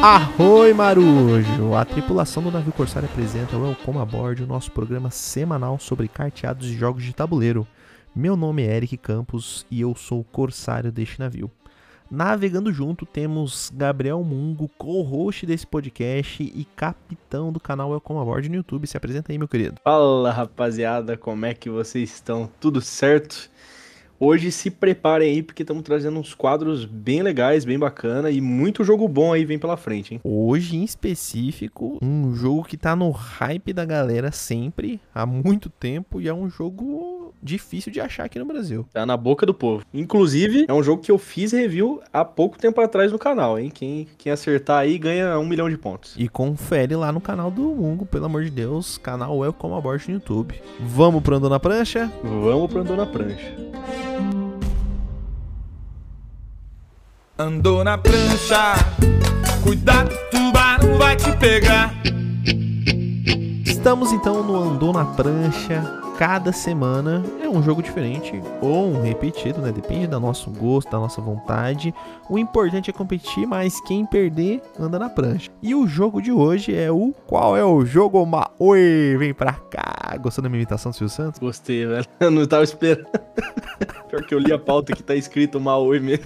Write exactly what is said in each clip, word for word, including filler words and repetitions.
Arroi Marujo! A tripulação do navio Corsário apresenta Welcome Aboard, o nosso programa semanal sobre carteados e jogos de tabuleiro. Meu nome é Eric Campos e eu sou o Corsário deste navio. Navegando junto temos Gabriel Mungo, co-host desse podcast e capitão do canal Welcome Aboard no YouTube. Se apresenta aí, meu querido. Fala, rapaziada, como é que vocês estão? Tudo certo? Hoje se preparem aí porque estamos trazendo uns quadros bem legais, bem bacana e muito jogo bom aí vem pela frente, hein? Hoje, em específico, um jogo que tá no hype da galera sempre, há muito tempo, e é um jogo difícil de achar aqui no Brasil. Tá na boca do povo. Inclusive, é um jogo que eu fiz review há pouco tempo atrás no canal, hein? Quem, quem acertar aí ganha um milhão de pontos. E confere lá no canal do Mungo, pelo amor de Deus, canal Welcome Aboard no YouTube. Vamos pro Andou na Prancha? Vamos pro Andou na Prancha. Andou na prancha, cuidado, tubarão vai te pegar. Estamos então no Andou na Prancha. Cada semana é um jogo diferente ou um repetido, né? Depende do nosso gosto, da nossa vontade. O importante é competir, mas quem perder anda na prancha. E o jogo de hoje é o... Qual é o jogo, Maoi? Vem pra cá. Gostou da minha imitação do Silvio Santos? Gostei, velho. Eu não tava esperando. Pior que eu li a pauta que tá escrito Maoi mesmo.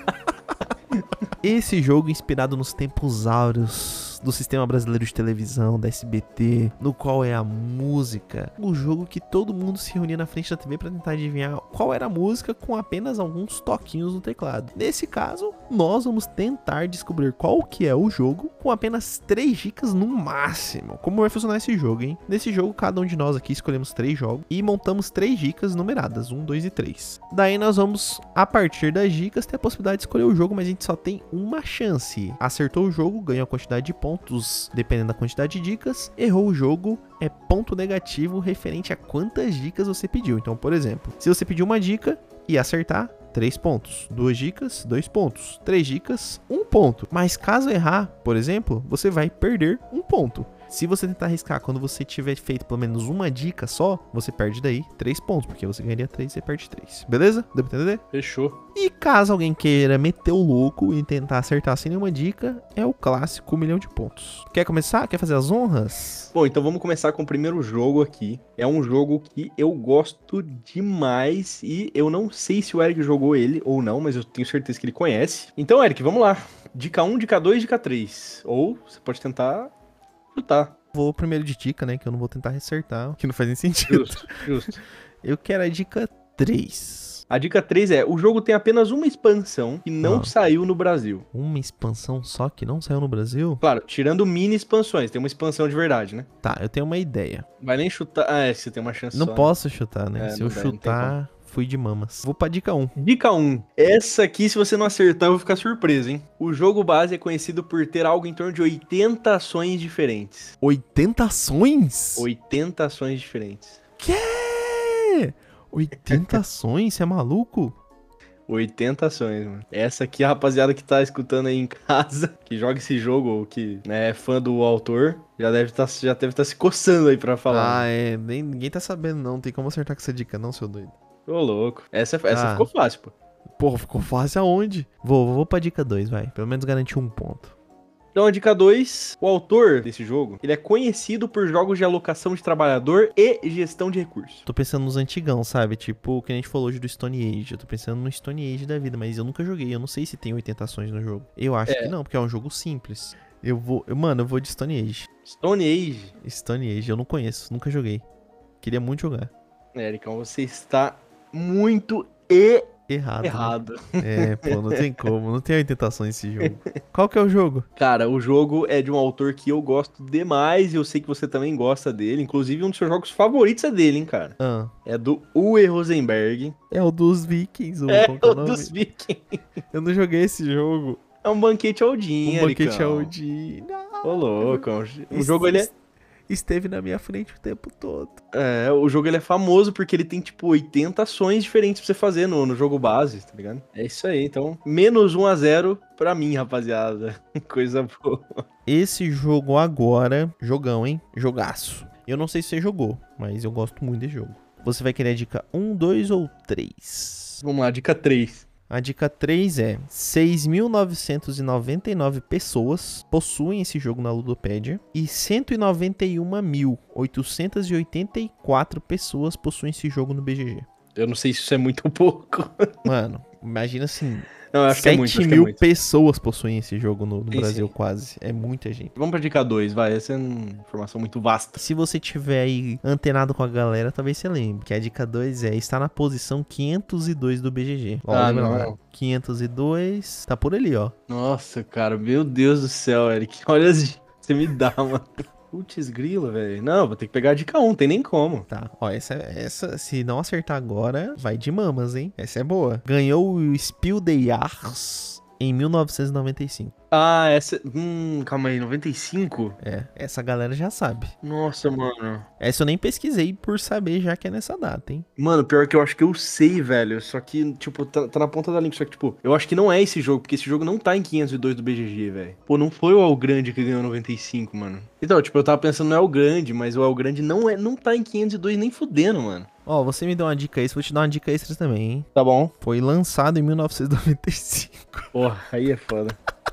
Esse jogo inspirado nos tempos áureos do Sistema Brasileiro de Televisão, da S B T, no qual é a música, o jogo que todo mundo se reunia na frente da T V para tentar adivinhar qual era a música com apenas alguns toquinhos no teclado. Nesse caso, nós vamos tentar descobrir qual que é o jogo com apenas três dicas no máximo. Como vai funcionar esse jogo, hein? Nesse jogo, cada um de nós aqui escolhemos três jogos e montamos três dicas numeradas, um, dois e três. Daí nós vamos, a partir das dicas, ter a possibilidade de escolher o jogo, mas a gente só tem uma chance. Acertou o jogo, ganha a quantidade de pontos. Pontos, dependendo da quantidade de dicas. Errou o jogo, é ponto negativo referente a quantas dicas você pediu. Então, por exemplo, se você pediu uma dica e acertar, três pontos. Duas dicas, dois pontos. Três dicas, um ponto. Mas caso errar, por exemplo, você vai perder um ponto. Se você tentar arriscar quando você tiver feito pelo menos uma dica só, você perde daí três pontos, porque você ganharia três e você perde três. Beleza? Deu pra entender? Fechou. E caso alguém queira meter o louco e tentar acertar sem nenhuma dica, é o clássico milhão de pontos. Quer começar? Quer fazer as honras? Bom, então vamos começar com o primeiro jogo aqui. É um jogo que eu gosto demais e eu não sei se o Eric jogou ele ou não, mas eu tenho certeza que ele conhece. Então, Eric, vamos lá. Dica um, dica dois, dica três. Ou você pode tentar chutar. Vou primeiro de dica, né? Que eu não vou tentar acertar, que não faz nem sentido. Justo, justo. Eu quero a dica três. A dica três é, o jogo tem apenas uma expansão que não Ah. saiu no Brasil. Uma expansão só que não saiu no Brasil? Claro, tirando mini expansões, tem uma expansão de verdade, né? Tá, eu tenho uma ideia. Vai nem chutar... Ah, é, você tem uma chance Não só, posso chutar, né? É, Se não eu dá, não tem chutar, fui de mamas. Vou pra dica um. né? Dica um. Essa aqui, se você não acertar, eu vou ficar surpreso, hein? O jogo base é conhecido por ter algo em torno de oitenta ações diferentes. oitenta ações? oitenta ações diferentes. Que? oitenta ações? Você é maluco? oitenta ações, mano. Essa aqui, a rapaziada que tá escutando aí em casa, que joga esse jogo, ou que né, é fã do autor, já deve tá, já deve estar tá se coçando aí pra falar. Ah, né? é. Nem, ninguém tá sabendo, não. Tem como acertar com essa dica, não, seu doido. Ô, louco. Essa, essa Ah. ficou fácil, pô. Porra, ficou fácil aonde? Vou, vou pra dica dois, vai. Pelo menos garantir um ponto. Então, a dica dois, o autor desse jogo, ele é conhecido por jogos de alocação de trabalhador e gestão de recursos. Tô pensando nos antigão, sabe? Tipo, o que a gente falou hoje do Stone Age. Eu tô pensando no Stone Age da vida, mas eu nunca joguei. Eu não sei se tem oitenta ações no jogo. Eu acho É. que não, porque é um jogo simples. Eu vou... eu- Mano, eu vou de Stone Age. Stone Age. Stone Age, eu não conheço, nunca joguei. Queria muito jogar. Ericão, você está muito e... Errado. né? errado. É, pô, não tem como. Não tem oitenta ações nesse jogo. Qual que é o jogo? Cara, o jogo é de um autor que eu gosto demais e eu sei que você também gosta dele. Inclusive, um dos seus jogos favoritos é dele, hein, cara. Ah, É do Uwe Rosenberg. é o dos Vikings. O, É qual que é o o nome? dos Vikings. Eu não joguei esse jogo. É um banquete Aldin, Um banquete Ericão. Audi. Ô, louco. O Esse- jogo, ele é... Esteve na minha frente o tempo todo. É, o jogo ele é famoso porque ele tem, tipo, oitenta ações diferentes pra você fazer no, no jogo base, tá ligado? É isso aí, então, menos um a zero pra mim, rapaziada. Coisa boa. Esse jogo agora, jogão, hein? Jogaço. Eu não sei se você jogou, mas eu gosto muito desse jogo. Você vai querer a dica um, dois ou três? Vamos lá, dica três. A dica três é: seis mil novecentos e noventa e nove pessoas possuem esse jogo na Ludopédia e cento e noventa e um mil oitocentos e oitenta e quatro pessoas possuem esse jogo no B G G. Eu não sei se isso é muito ou pouco. Mano, imagina assim, Não, eu acho que é muito, sete acho que é mil muito. pessoas possuem esse jogo no, no Sim, Brasil sim. quase. É muita gente. Vamos pra dica dois, vai. Essa é uma informação muito vasta. Se você tiver aí antenado com a galera, talvez você lembre. Que a dica dois é: está na posição quinhentos e dois do B G G. Ó, Ah, lembra não. lá? quinhentos e dois, tá por ali, ó. Nossa, cara, meu Deus do céu, Eric. Olha as dicas que você me dá, mano. Putz, grila, velho. Não, vou ter que pegar a dica um, tem nem como. Tá, ó, essa, essa, se não acertar agora, vai de mamas, hein? Essa é boa. Ganhou o Spiel des Jahres em mil novecentos e noventa e cinco. Ah, essa... Hum, calma aí, noventa e cinco? É, essa galera já sabe. Nossa, mano. Essa eu nem pesquisei por saber já que é nessa data, hein? Mano, pior que eu acho que eu sei, velho. Só que, tipo, tá, tá na ponta da língua. Só que, tipo, eu acho que não é esse jogo, porque esse jogo não tá em quinhentos e dois do B G G, velho. Pô, não foi o El Grande que ganhou noventa e cinco, mano. Então, tipo, eu tava pensando no El Grande, mas o El Grande não, é, não tá em quinhentos e dois nem fudendo, mano. Ó, você me deu uma dica extra, vou te dar uma dica extra também, hein? Tá bom. Foi lançado em mil novecentos e noventa e cinco. Porra, aí é foda.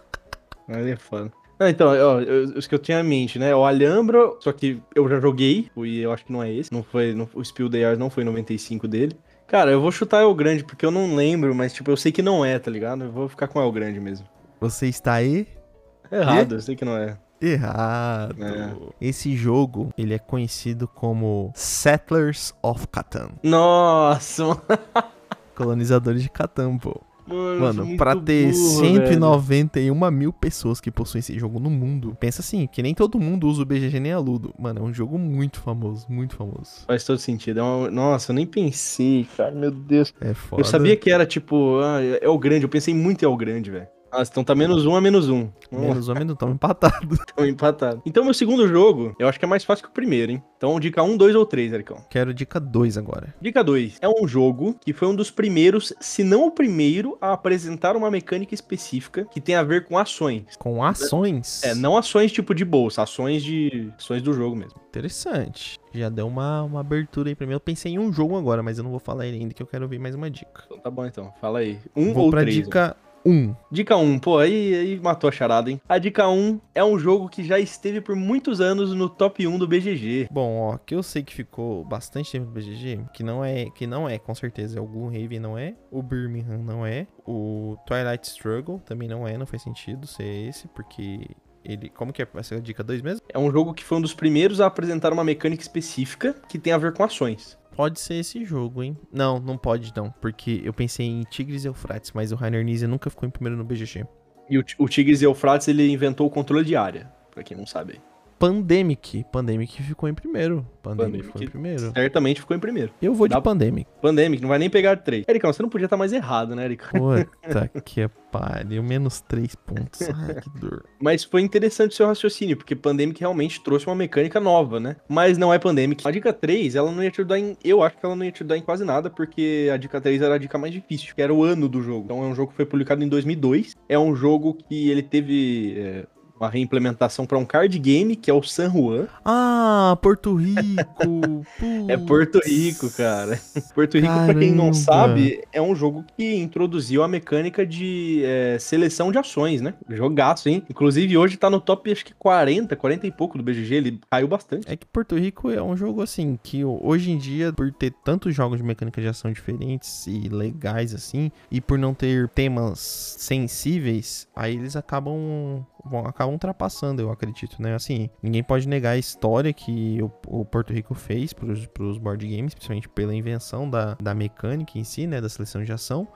Aí é foda. Ah, então, ó, eu- os que eu tinha em mente, né? O Alhambra, só que eu já joguei, e eu acho que não é esse. Não foi, não, o Spiel des Jahres não foi noventa e cinco dele. Cara, eu vou chutar El Grande, porque eu não lembro, mas, tipo, eu sei que não é, tá ligado? Eu vou ficar com El Grande mesmo. Você está aí? Errado, eu sei que não é. Errado. É. Esse jogo, ele é conhecido como Settlers of Catan. Nossa, mano. Colonizadores de Catan, pô. Mano, eu sou Mano, muito pra ter burro, cento e velho. noventa e uma mil pessoas que possuem esse jogo no mundo, pensa assim, que nem todo mundo usa o B G G nem a Ludo. Mano, é um jogo muito famoso, muito famoso. Faz todo sentido. É uma... Nossa, eu nem pensei, cara, meu Deus. É foda. Eu sabia que era, tipo, ah, é o grande. Eu pensei muito em El Grande, velho. Nossa, então tá menos um a menos um. Menos ou menos, tamo empatado. Estão empatados. Então, meu segundo jogo, eu acho que é mais fácil que o primeiro, hein? Então, dica um, dois ou três, Ericão. Quero dica dois agora. Dica dois. É um jogo que foi um dos primeiros, se não o primeiro, a apresentar uma mecânica específica que tem a ver com ações. Com ações. É, não ações tipo de bolsa, ações de ações do jogo mesmo. Interessante. Já deu uma, uma abertura aí pra mim. Eu pensei em um jogo agora, mas eu não vou falar ele ainda, que eu quero ouvir mais uma dica. Então tá bom, então. Fala aí. Um Vou ou pra três. dica um. Dica um, pô, aí, aí matou a charada, hein? A dica um é um jogo que já esteve por muitos anos no top um do B G G. Bom, ó, que eu sei que ficou bastante tempo no B G G, que não é, que não é, com certeza, é o Gloomhaven não é, o Birmingham não é, o Twilight Struggle também não é, não faz sentido ser esse, porque ele, como que é essa dica dois mesmo? É um jogo que foi um dos primeiros a apresentar uma mecânica específica que tem a ver com ações. Pode ser esse jogo, hein? Não, não pode não, porque eu pensei em Tigres e Eufrates, mas o Rainer Knizia nunca ficou em primeiro no B G G. E o, o Tigres e Eufrates, ele inventou o controle de área, pra quem não sabe. Pandemic, Pandemic ficou em primeiro, Pandemic, Pandemic. ficou em primeiro. Certamente ficou em primeiro. Eu vou de Dá- Pandemic. Pandemic, não vai nem pegar três. Ericão, você não podia estar mais errado, né, Ericão? Puta que pariu, menos três pontos. Ai, que dor. Mas foi interessante o seu raciocínio, porque Pandemic realmente trouxe uma mecânica nova, né? Mas não é Pandemic. A dica três, ela não ia te ajudar em... Eu acho que ela não ia te ajudar em quase nada, porque a dica três era a dica mais difícil, que era o ano do jogo. Então é um jogo que foi publicado em dois mil e dois. É um jogo que ele teve... é, uma reimplementação para um card game, que é o San Juan. Ah, Porto Rico. É Porto Rico, cara. Porto Rico, pra quem não Caramba. sabe, é um jogo que introduziu a mecânica de é, seleção de ações, né? Jogaço, hein? Inclusive, hoje tá no top, acho que quarenta, quarenta e pouco do B G G, ele caiu bastante. É que Porto Rico é um jogo assim, que hoje em dia, por ter tantos jogos de mecânica de ação diferentes e legais assim, e por não ter temas sensíveis, aí eles acabam, bom, acabam ultrapassando, eu acredito, né? Assim, ninguém pode negar a história que o, o Porto Rico fez pros, pros board games, principalmente pela invenção da, da mecânica em si, né? Da seleção de ação,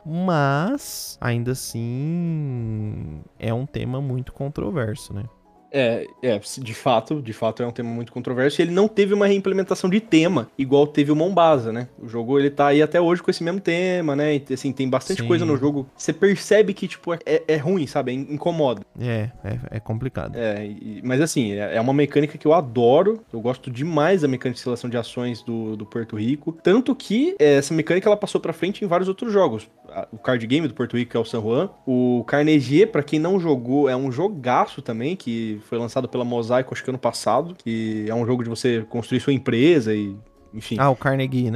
mas ainda assim é um tema muito controverso, né? É, é, de fato, de fato é um tema muito controverso, e ele não teve uma reimplementação de tema, igual teve o Mombasa, né? O jogo, ele tá aí até hoje com esse mesmo tema, né? E, assim, tem bastante Sim. coisa no jogo, você percebe que, tipo, é, é ruim, sabe? É, incomoda. É, é, é complicado. É, e- mas assim, é, é uma mecânica que eu adoro, eu gosto demais da mecânica de seleção de ações do, do Porto Rico, tanto que é, essa mecânica ela passou pra frente em vários outros jogos. A- O card game do Porto Rico, que é o San Juan, o Carnegie, pra quem não jogou, é um jogaço também, que foi lançado pela Mosaico, acho que ano passado, que é um jogo de você construir sua empresa e, enfim. Ah, o Carnegie, né?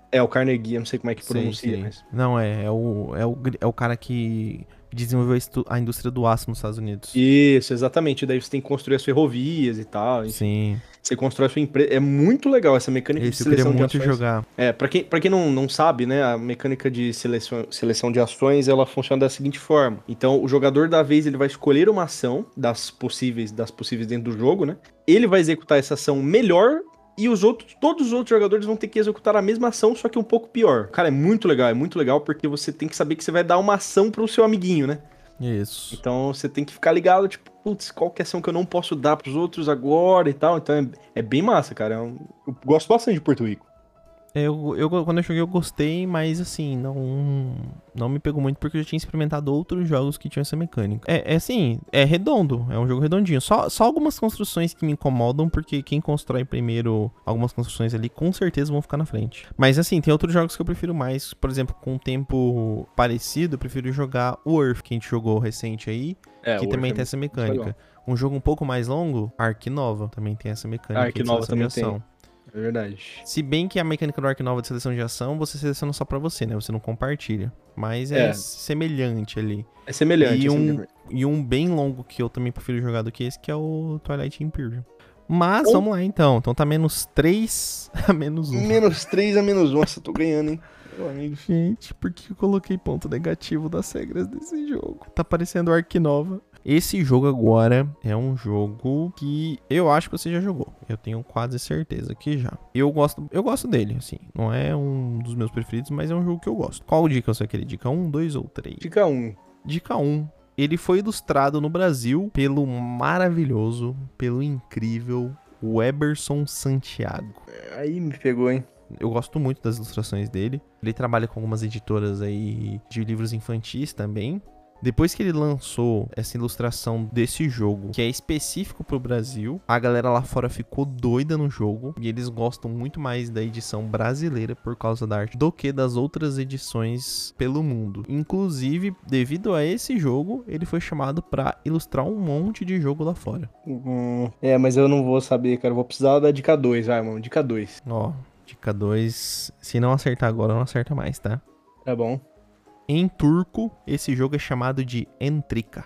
É, o Carnegie, eu não sei como é que Sei, pronuncia, sei. mas... Não, é, é o, é, o, gr- é o cara que desenvolveu a estu- a indústria do aço nos Estados Unidos. Isso, exatamente. Daí você tem que construir as ferrovias e tal, enfim. Sim, Você constrói a sua empresa. É muito legal essa mecânica de esse eu queria seleção de muito ações. jogar. É, pra quem, pra quem não, não sabe, né, a mecânica de seleção, seleção de ações, ela funciona da seguinte forma. Então, o jogador da vez, ele vai escolher uma ação das possíveis, das possíveis dentro do jogo, né? Ele vai executar essa ação melhor e os outros, todos os outros jogadores vão ter que executar a mesma ação, só que um pouco pior. Cara, é muito legal, é muito legal porque você tem que saber que você vai dar uma ação pro seu amiguinho, né? Isso. Então você tem que ficar ligado, tipo, putz, qual que é a ação que eu não posso dar pros outros agora e tal. Então é, é bem massa, cara. É um- eu gosto bastante de Porto Rico. Eu, eu, quando eu joguei eu gostei, mas assim, não, não me pegou muito porque eu já tinha experimentado outros jogos que tinham essa mecânica. É, é assim, é redondo, é um jogo redondinho. Só, só algumas construções que me incomodam, porque quem constrói primeiro algumas construções ali, com certeza vão ficar na frente. Mas assim, tem outros jogos que eu prefiro mais, por exemplo, com um tempo parecido, eu prefiro jogar o Earth, que a gente jogou recente aí, É, que o também Earth tem é essa muito mecânica. legal. Um jogo um pouco mais longo, Ark Nova, também tem essa mecânica Ark de Nova seleção de também tem. ação. É verdade. Se bem que a mecânica do Ark Nova de seleção de ação, você seleciona só pra você, né? Você não compartilha. Mas é, É. semelhante ali. É semelhante. E é um, semelhante. e um bem longo que eu também prefiro jogar do que esse, que é o Twilight Imperium. Mas, Bom. vamos lá então. Então tá menos três a menos um. Menos três a menos um. Nossa, tô ganhando, hein? Meu amigo. Gente, por que eu coloquei ponto negativo das regras desse jogo? Tá parecendo Ark Nova. Esse jogo agora é um jogo que eu acho que você já jogou. Eu tenho quase certeza que já. Eu gosto, eu gosto dele, assim. Não é um dos meus preferidos, mas é um jogo que eu gosto. Qual dica você quer? Dica um, dois ou três? Dica um. Dica um. Ele foi ilustrado no Brasil pelo maravilhoso, pelo incrível Weberson Santiago. Aí me pegou, hein? Eu gosto muito das ilustrações dele. Ele trabalha com algumas editoras aí de livros infantis também. Depois que ele lançou essa ilustração desse jogo, que é específico pro Brasil, a galera lá fora ficou doida no jogo. E eles gostam muito mais da edição brasileira por causa da arte do que das outras edições pelo mundo. Inclusive, devido a esse jogo, ele foi chamado pra ilustrar um monte de jogo lá fora. Hum, é, mas eu não vou saber, cara. Eu vou precisar da dica dois, vai, mano. Dica dois. Ó, dica dois. Se não acertar agora, não acerta mais, tá? Tá bom. Em turco, esse jogo é chamado de Entrika.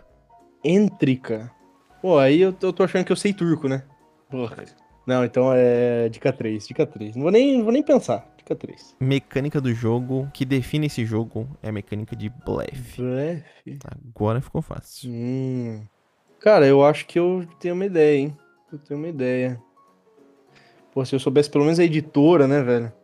Entrica. Pô, aí eu, eu tô achando que eu sei turco, né? Porra. Não, então é dica três. Dica três. Não vou nem, não vou nem pensar. Dica três. Mecânica do jogo que define esse jogo é a mecânica de blefe. Blefe. Agora ficou fácil. Hum. Cara, eu acho que eu tenho uma ideia, hein? Eu tenho uma ideia. Pô, se eu soubesse pelo menos a editora, né, velho?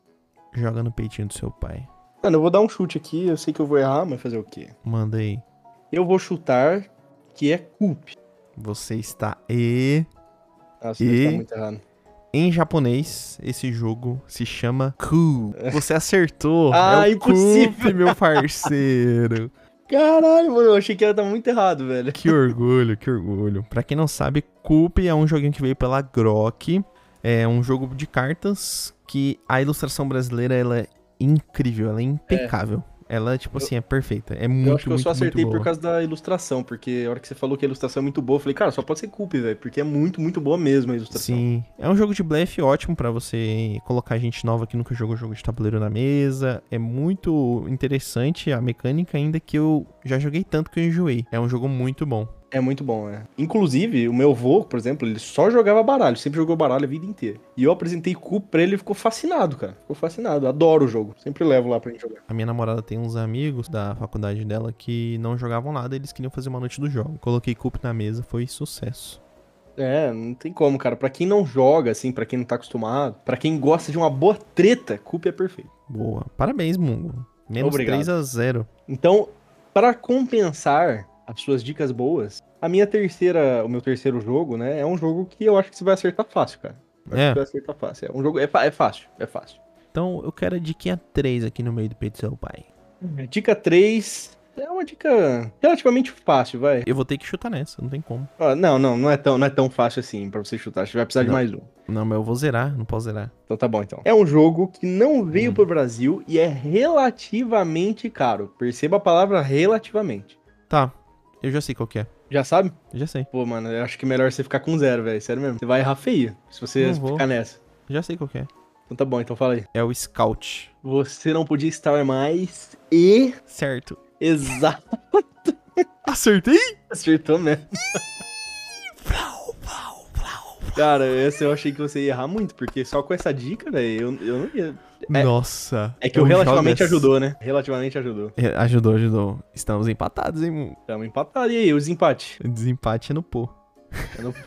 Joga no peitinho do seu pai. Mano, eu vou dar um chute aqui. Eu sei que eu vou errar, mas fazer o quê? Manda aí. Eu vou chutar que é Coop. Você está e... Nossa, E? deve estar muito errado. Em japonês, esse jogo se chama Ku. Você acertou. Ah, é o impossível. Coop, meu parceiro. Caralho, mano, eu achei que ia estar muito errado, velho. Que orgulho, que orgulho. Pra quem não sabe, Coop é um joguinho que veio pela Grok. É um jogo de cartas que a ilustração brasileira ela é incrível, ela é impecável. Ela, tipo assim, é perfeita. É muito, Eu acho que eu muito, só acertei muito por boa. causa da ilustração, porque a hora que você falou que a ilustração é muito boa, eu falei, cara, só pode ser Coop, velho, porque é muito, muito boa mesmo a ilustração. Sim, é um jogo de blefe ótimo pra você colocar gente nova que nunca jogou jogo de tabuleiro na mesa. É muito interessante a mecânica, ainda que eu já joguei tanto que eu enjoei. É um jogo muito bom. É muito bom, é. Inclusive, o meu avô, por exemplo, ele só jogava baralho, sempre jogou baralho a vida inteira. E eu apresentei Coop pra ele e ele ficou fascinado, cara. Ficou fascinado. Adoro o jogo. Sempre levo lá pra gente jogar. A minha namorada tem uns amigos da faculdade dela que não jogavam nada, eles queriam fazer uma noite do jogo. Coloquei Coop na mesa, foi sucesso. É, não tem como, cara. Pra quem não joga, assim, pra quem não tá acostumado, pra quem gosta de uma boa treta, Coop é perfeito. Boa. Parabéns, Mungo. Menos Obrigado. três a zero. Então, para compensar as suas dicas boas, a minha terceira, o meu terceiro jogo, né, é um jogo que eu acho que você vai acertar fácil, cara. Eu acho É. que você vai acertar fácil. É um jogo, é, fa- é fácil, é fácil. Então eu quero a diquinha três aqui no meio do peito do seu pai. Dica três é uma dica relativamente fácil, vai. Eu vou ter que chutar nessa, não tem como. Ó, não, não, não é tão, não é tão fácil assim pra você chutar. Você vai precisar de Não. mais um. Não, mas eu vou zerar, não posso zerar. Então tá bom, então. É um jogo que não veio Hum. pro Brasil e é relativamente caro. Perceba a palavra relativamente. Tá, eu já sei qual que é. Já sabe? Já sei. Pô, mano, eu acho que é melhor você ficar com zero, velho. Sério mesmo. Você vai errar feio se você Não vou. ficar nessa. Já sei qual que é. Então tá bom, então fala aí. É o Scout. Você não podia estar mais e... Certo. Exato. Acertei? Acertou mesmo. Cara, essa eu achei que você ia errar muito, porque só com essa dica, velho, eu, eu não ia... É, Nossa. é que o relativamente jogo... ajudou, né? Relativamente ajudou. É, ajudou, ajudou. Estamos empatados, hein? Mu? Estamos empatados. E aí, o desempate? Desempate é no pô. Eu não...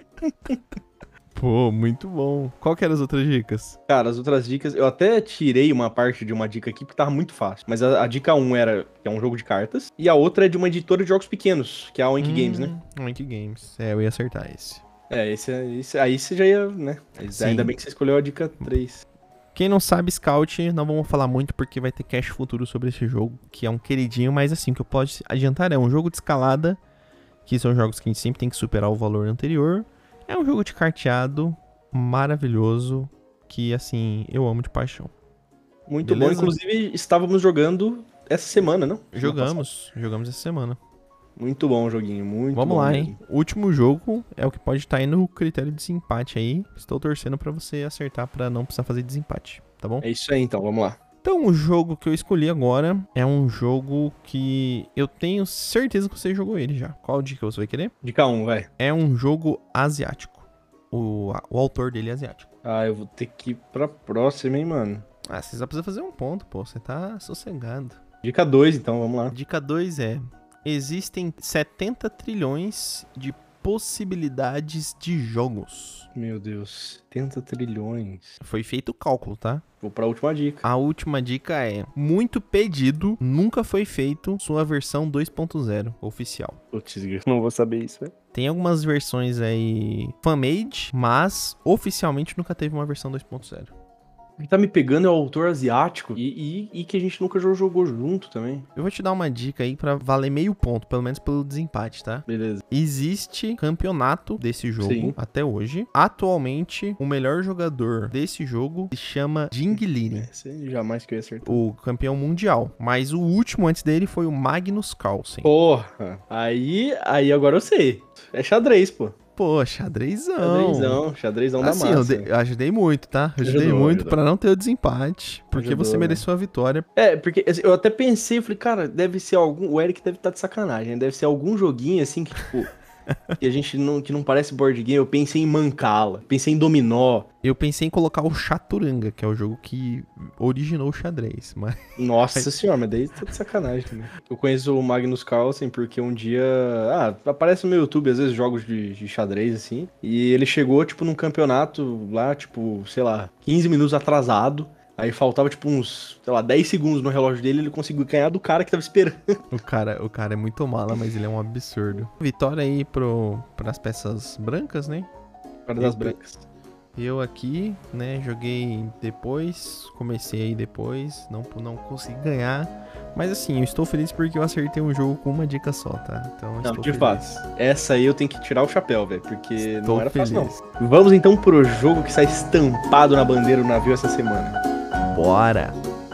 Pô, muito bom. Qual que eram as outras dicas? Cara, as outras dicas, eu até tirei uma parte de uma dica aqui porque tava muito fácil. Mas a, a dica um era que é um jogo de cartas. E a outra é de uma editora de jogos pequenos, que é a Oink hum, Games, né? Oink Games. É, eu ia acertar esse. É, esse, esse aí você já ia, né? Sim. Ainda bem que você escolheu a dica três. Quem não sabe, Scout, não vamos falar muito porque vai ter cast futuro sobre esse jogo, que é um queridinho, mas assim, o que eu posso adiantar é um jogo de escalada, que são jogos que a gente sempre tem que superar o valor anterior. É um jogo de carteado maravilhoso, que assim, eu amo de paixão. Muito Beleza? bom, inclusive estávamos jogando essa semana, não? Jogamos, jogamos essa semana. Muito bom o joguinho, muito Vamos bom lá, mesmo. hein? O último jogo é o que pode estar aí no critério de desempate aí. Estou torcendo pra você acertar pra não precisar fazer desempate, tá bom? É isso aí então, vamos lá. Então, o jogo que eu escolhi agora é um jogo que eu tenho certeza que você jogou ele já. Qual dica você vai querer? Dica um, vai. É um jogo asiático. O, o autor dele é asiático. Ah, eu vou ter que ir pra próxima, hein, mano. Ah, você só precisa fazer um ponto, pô. Você tá sossegado. Dica dois, então, vamos lá. Dica dois é... Existem setenta trilhões de possibilidades de jogos. Meu Deus, setenta trilhões. Foi feito o cálculo, tá? Vou pra última dica. A última dica é... Muito pedido, nunca foi feito sua versão dois ponto zero oficial. Putz, não vou saber isso, velho. Tem algumas versões aí fan-made, mas oficialmente nunca teve uma versão dois ponto zero. O que tá me pegando é o autor asiático e, e, e que a gente nunca jogou junto também. Eu vou te dar uma dica aí pra valer meio ponto, pelo menos pelo desempate, tá? Beleza. Existe campeonato desse jogo Sim. até hoje. Atualmente, o melhor jogador desse jogo se chama Jing Liren, Esse aí jamais que eu ia acertar. o campeão mundial. Mas o último antes dele foi o Magnus Carlsen. Porra, aí, aí agora eu sei. É xadrez, pô. Pô, xadrezão. Xadrezão, xadrezão da Assim, eu, massa. dei- eu ajudei muito, tá? Eu ajudei Ajudou, muito ajudou. pra não ter o desempate. Porque Ajudou, você né? mereceu a vitória. É, porque assim, eu até pensei, eu falei, cara, deve ser algum. O Eric deve estar de sacanagem, deve ser algum joguinho assim que, tipo, que a gente não. Que não parece board game. Eu pensei em Mancala, pensei em Dominó. Eu pensei em colocar o Chaturanga, que é o jogo que originou o xadrez. Mas Nossa senhora, mas daí tá de sacanagem também. Eu conheço o Magnus Carlsen porque um dia. Ah, aparece no meu YouTube, às vezes, jogos de, de xadrez, assim. E ele chegou, tipo, num campeonato lá, tipo, sei lá, quinze minutos atrasado. Aí faltava, tipo, uns, sei lá, dez segundos no relógio dele, ele conseguiu ganhar do cara que tava esperando. o cara, o cara é muito mala, mas ele é um absurdo. Vitória aí pro, pras peças brancas, né? Cara das Eita. brancas. Eu aqui, né, joguei depois, comecei aí depois, não, não consegui ganhar. Mas assim, eu estou feliz porque eu acertei um jogo com uma dica só, tá? Então, Não, estou de feliz. fato. Essa aí eu tenho que tirar o chapéu, velho, porque Estou não era feliz. fácil, não. Vamos então pro jogo que sai estampado na bandeira do navio essa semana. Bora!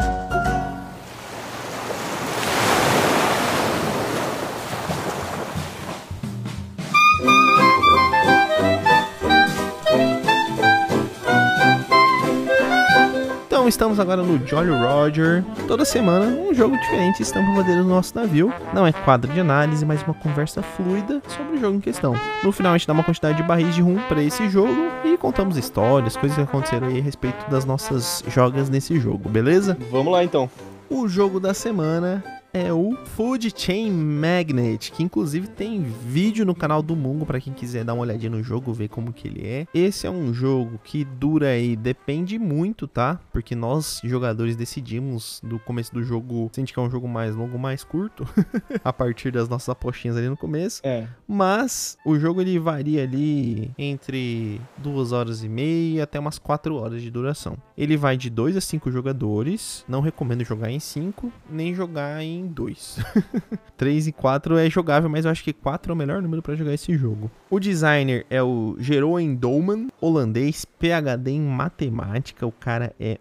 Então estamos agora no Jolly Roger. Toda semana um jogo diferente estampa a bandeira do nosso navio. Não é quadro de análise, mas uma conversa fluida sobre o jogo em questão. No final a gente dá uma quantidade de barris de rum para esse jogo e contamos histórias, coisas que aconteceram aí a respeito das nossas jogas nesse jogo, beleza? Vamos lá então. O jogo da semana é o Food Chain Magnate, que inclusive tem vídeo no canal do Mungo para quem quiser dar uma olhadinha no jogo, ver como que ele é. Esse é um jogo que dura aí, depende muito, tá? Porque nós, jogadores, decidimos do começo do jogo se a gente quer um jogo mais longo ou mais curto, a partir das nossas apostinhas ali no começo. É. Mas o jogo ele varia ali entre duas horas e meia até umas quatro horas de duração. Ele vai de dois a cinco jogadores, não recomendo jogar em cinco, nem jogar em dois. três e quatro é jogável, mas eu acho que quatro é o melhor número pra jogar esse jogo. O designer é o Jeroen Douman, holandês, P H D em matemática. O cara é um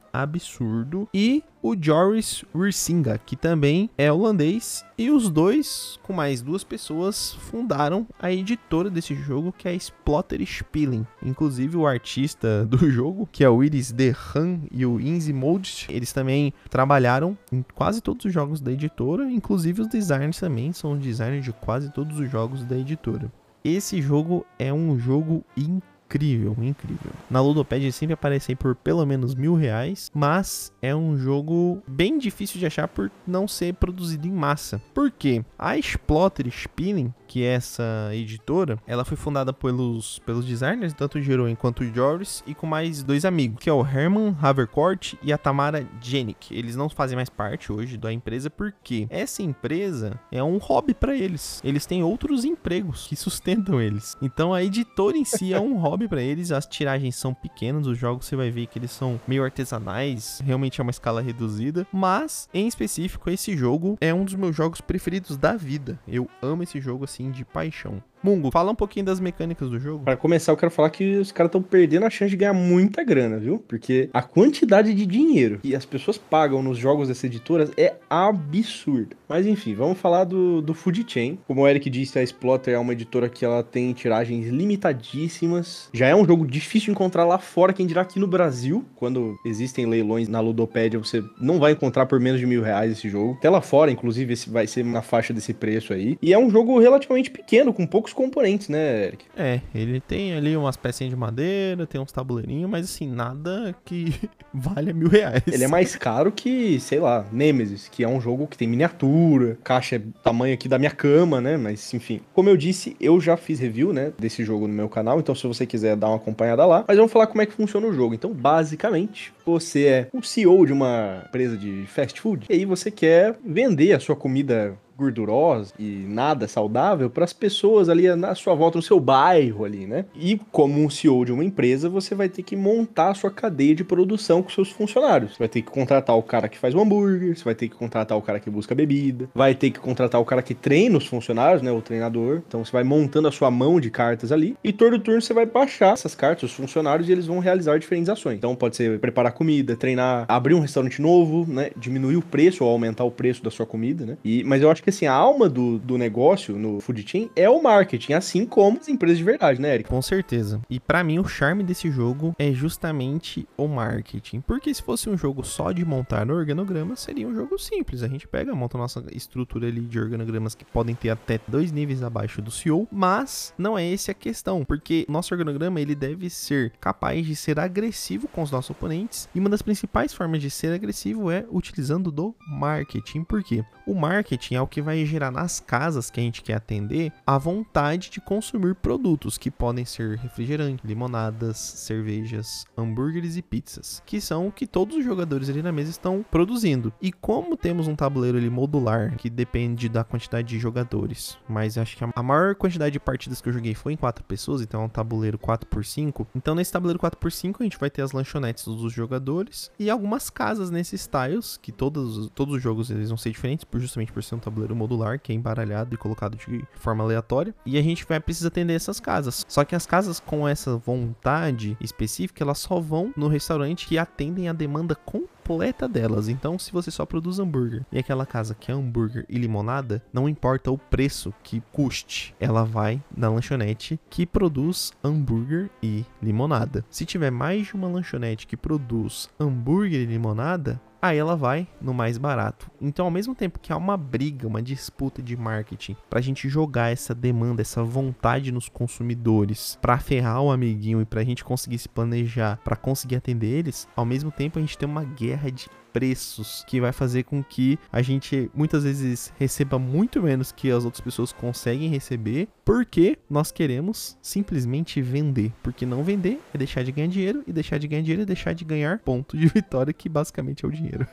absurdo. E o Joris Huizinga, que também é holandês, e os dois, com mais duas pessoas, fundaram a editora desse jogo, que é a Splotter Spilling. Inclusive o artista do jogo, que é o Iris de Han e o Inzi Mold, eles também trabalharam em quase todos os jogos da editora, inclusive os designers também são designers de quase todos os jogos da editora. Esse jogo é um jogo incrível. Incrível, incrível. Na Ludopad sempre aparece aí por pelo menos mil reais, mas é um jogo bem difícil de achar por não ser produzido em massa. Por quê? A Splotter Spilling, que é essa editora, ela foi fundada pelos, pelos designers, tanto o Jeroen quanto o Joris, e com mais dois amigos, que é o Herman Havercourt e a Tamara Jenik. Eles não fazem mais parte hoje da empresa porque essa empresa é um hobby para eles. Eles têm outros empregos que sustentam eles. Então a editora em si é um hobby para eles. As tiragens são pequenas, os jogos você vai ver que eles são meio artesanais, realmente é uma escala reduzida, mas em específico esse jogo é um dos meus jogos preferidos da vida. Eu amo esse jogo assim de paixão. Mungo, fala um pouquinho das mecânicas do jogo. Para começar, eu quero falar que os caras estão perdendo a chance de ganhar muita grana, viu? Porque a quantidade de dinheiro que as pessoas pagam nos jogos dessa editora é absurda. Mas enfim, vamos falar do, do Food Chain. Como o Eric disse, a Splotter é uma editora que ela tem tiragens limitadíssimas. Já é um jogo difícil de encontrar lá fora, quem dirá aqui no Brasil. Quando existem leilões na Ludopédia, você não vai encontrar por menos de mil reais esse jogo. Até lá fora, inclusive, esse vai ser na faixa desse preço aí. E é um jogo relativamente pequeno, com poucos componentes, né, Eric? É, ele tem ali umas pecinhas de madeira, tem uns tabuleirinhos, mas assim, nada que valha mil reais. Ele é mais caro que, sei lá, Nemesis, que é um jogo que tem miniatura, caixa é tamanho aqui da minha cama, né, mas enfim. Como eu disse, eu já fiz review, né, desse jogo no meu canal, então se você quiser dar uma acompanhada lá, mas vamos falar como é que funciona o jogo. Então, basicamente, você é o C E O de uma empresa de fast food, e aí você quer vender a sua comida gordurosa e nada saudável para as pessoas ali na sua volta, no seu bairro ali, né? E como um C E O de uma empresa, você vai ter que montar a sua cadeia de produção com seus funcionários. Você vai ter que contratar o cara que faz o hambúrguer, você vai ter que contratar o cara que busca bebida, vai ter que contratar o cara que treina os funcionários, né? O treinador. Então você vai montando a sua mão de cartas ali e todo turno você vai baixar essas cartas, os funcionários, e eles vão realizar diferentes ações. Então pode ser preparar comida, treinar, abrir um restaurante novo, né? Diminuir o preço ou aumentar o preço da sua comida, né? E, mas eu acho que assim, a alma do, do negócio no Food Chain é o marketing, assim como as empresas de verdade, né, Eric? Com certeza. E pra mim, o charme desse jogo é justamente o marketing. Porque se fosse um jogo só de montar organogramas, seria um jogo simples. A gente pega, monta a nossa estrutura ali de organogramas que podem ter até dois níveis abaixo do C E O, mas não é essa a questão, porque o nosso organograma, ele deve ser capaz de ser agressivo com os nossos oponentes, e uma das principais formas de ser agressivo é utilizando do marketing. Por quê? O marketing é o que vai gerar nas casas que a gente quer atender a vontade de consumir produtos que podem ser refrigerante, limonadas, cervejas, hambúrgueres e pizzas, que são o que todos os jogadores ali na mesa estão produzindo. E como temos um tabuleiro ali modular, que depende da quantidade de jogadores, mas acho que a maior quantidade de partidas que eu joguei foi em quatro pessoas, então é um tabuleiro quatro por cinco. Então nesse tabuleiro quatro por cinco a gente vai ter as lanchonetes dos jogadores e algumas casas nesses tiles, que todos, todos os jogos eles vão ser diferentes, por justamente por ser um tabuleiro modular, que é embaralhado e colocado de forma aleatória, e a gente vai precisar atender essas casas. Só que as casas com essa vontade específica, elas só vão no restaurante que atendem a demanda completa delas. Então, se você só produz hambúrguer e aquela casa quer hambúrguer e limonada, não importa o preço que custe, ela vai na lanchonete que produz hambúrguer e limonada. Se tiver mais de uma lanchonete que produz hambúrguer e limonada, aí ela vai no mais barato. Então, ao mesmo tempo que há uma briga, uma disputa de marketing pra gente jogar essa demanda, essa vontade nos consumidores, pra ferrar o amiguinho e pra gente conseguir se planejar pra conseguir atender eles, ao mesmo tempo a gente tem uma guerra de preços que vai fazer com que a gente muitas vezes receba muito menos que as outras pessoas conseguem receber, porque nós queremos simplesmente vender. Porque não vender é deixar de ganhar dinheiro, e deixar de ganhar dinheiro é deixar de ganhar ponto de vitória, que basicamente é o dinheiro.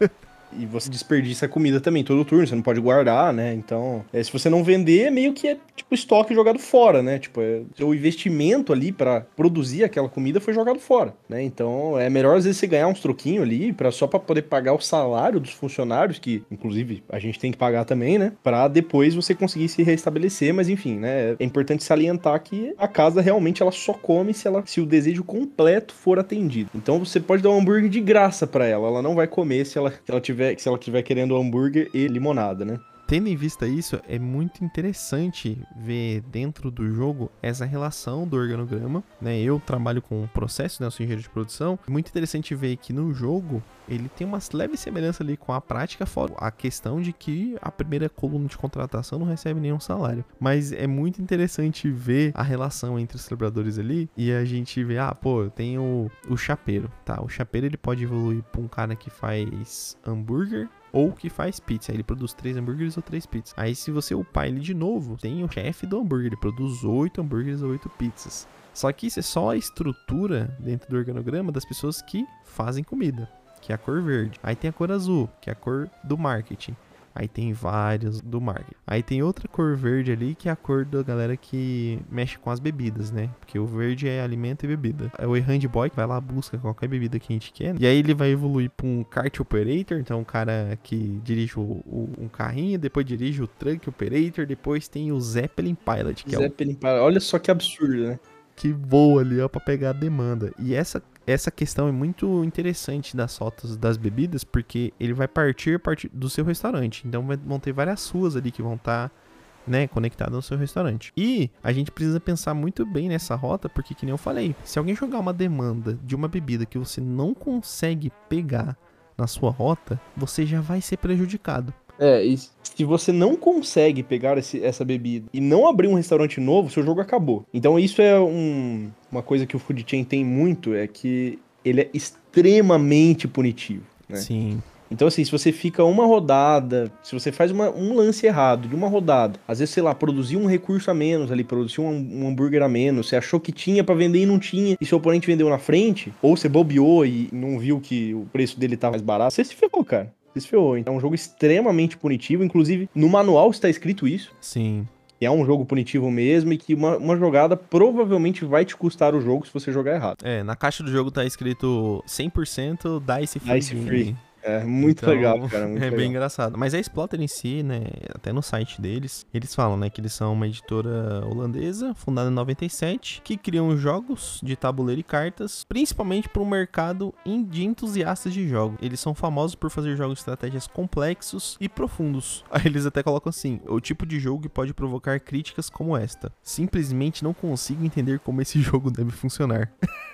E você desperdiça a comida também todo turno, você não pode guardar, né? Então, é, se você não vender, é meio que é tipo estoque jogado fora, né? Tipo, é, o investimento ali pra produzir aquela comida foi jogado fora, né? Então, é melhor às vezes você ganhar uns troquinhos ali para só pra poder pagar o salário dos funcionários, que inclusive a gente tem que pagar também, né? Pra depois você conseguir se restabelecer, mas enfim, né? É importante salientar que a casa realmente ela só come se, ela, se o desejo completo for atendido. Então, você pode dar um hambúrguer de graça pra ela, ela não vai comer se ela, se ela tiver se ela estiver querendo hambúrguer e limonada, né? Tendo em vista isso, é muito interessante ver dentro do jogo essa relação do organograma, né? Eu trabalho com o processo, né? Eu sou engenheiro de produção. É muito interessante ver que no jogo ele tem uma leve semelhança ali com a prática, fora a questão de que a primeira coluna de contratação não recebe nenhum salário. Mas é muito interessante ver a relação entre os celebradores ali e a gente vê, ah, pô, eu tenho o chapeiro, tá? O chapeiro ele pode evoluir pra um cara que faz hambúrguer ou que faz pizza, ele produz três hambúrgueres ou três pizzas. Aí se você upar ele de novo, tem o chefe do hambúrguer, ele produz oito hambúrgueres ou oito pizzas. Só que isso é só a estrutura dentro do organograma das pessoas que fazem comida, que é a cor verde. Aí tem a cor azul, que é a cor do marketing. Aí tem vários do marketing. Aí tem outra cor verde ali, que é a cor da galera que mexe com as bebidas, né? Porque o verde é alimento e bebida. É o errand boy que vai lá, busca qualquer bebida que a gente quer. E aí ele vai evoluir pra um kart operator, então um cara que dirige o, o, um carrinho, depois dirige o truck operator, depois tem o Zeppelin Pilot, que Zeppelin é o... Pilot, olha só que absurdo, né? Que voa ali, ó, pra pegar a demanda. E essa... Essa questão é muito interessante das rotas das bebidas, porque ele vai partir a partir do seu restaurante. Então vai, vão ter várias ruas ali que vão estar, né, conectadas ao seu restaurante. E a gente precisa pensar muito bem nessa rota, porque, que nem eu falei, se alguém jogar uma demanda de uma bebida que você não consegue pegar na sua rota, você já vai ser prejudicado. É, e se você não consegue pegar esse, essa bebida e não abrir um restaurante novo, seu jogo acabou. Então isso é um, uma coisa que o Food Chain tem muito, é que ele é extremamente punitivo, né? Sim. Então assim, se você fica uma rodada, se você faz uma, um lance errado de uma rodada, às vezes, sei lá, produzir um recurso a menos ali, produzir um, um hambúrguer a menos, você achou que tinha pra vender e não tinha, e seu oponente vendeu na frente, ou você bobeou e não viu que o preço dele tava mais barato, você se ferrou, cara. Você se ferrou. Então é um jogo extremamente punitivo, inclusive no manual está escrito isso. Sim. Que é um jogo punitivo mesmo e que uma, uma jogada provavelmente vai te custar o jogo se você jogar errado. É, na caixa do jogo tá escrito cem por cento Dice Free. Dice Free. É muito então, legal, cara. Muito é legal. Bem engraçado. Mas a Splotter em si, né, até no site deles, eles falam, né, que eles são uma editora holandesa, fundada em noventa e sete, que criam jogos de tabuleiro e cartas, principalmente para o mercado de entusiastas de jogos. Eles são famosos por fazer jogos de estratégias complexos e profundos. Aí eles até colocam assim, o tipo de jogo que pode provocar críticas como esta. Simplesmente não consigo entender como esse jogo deve funcionar.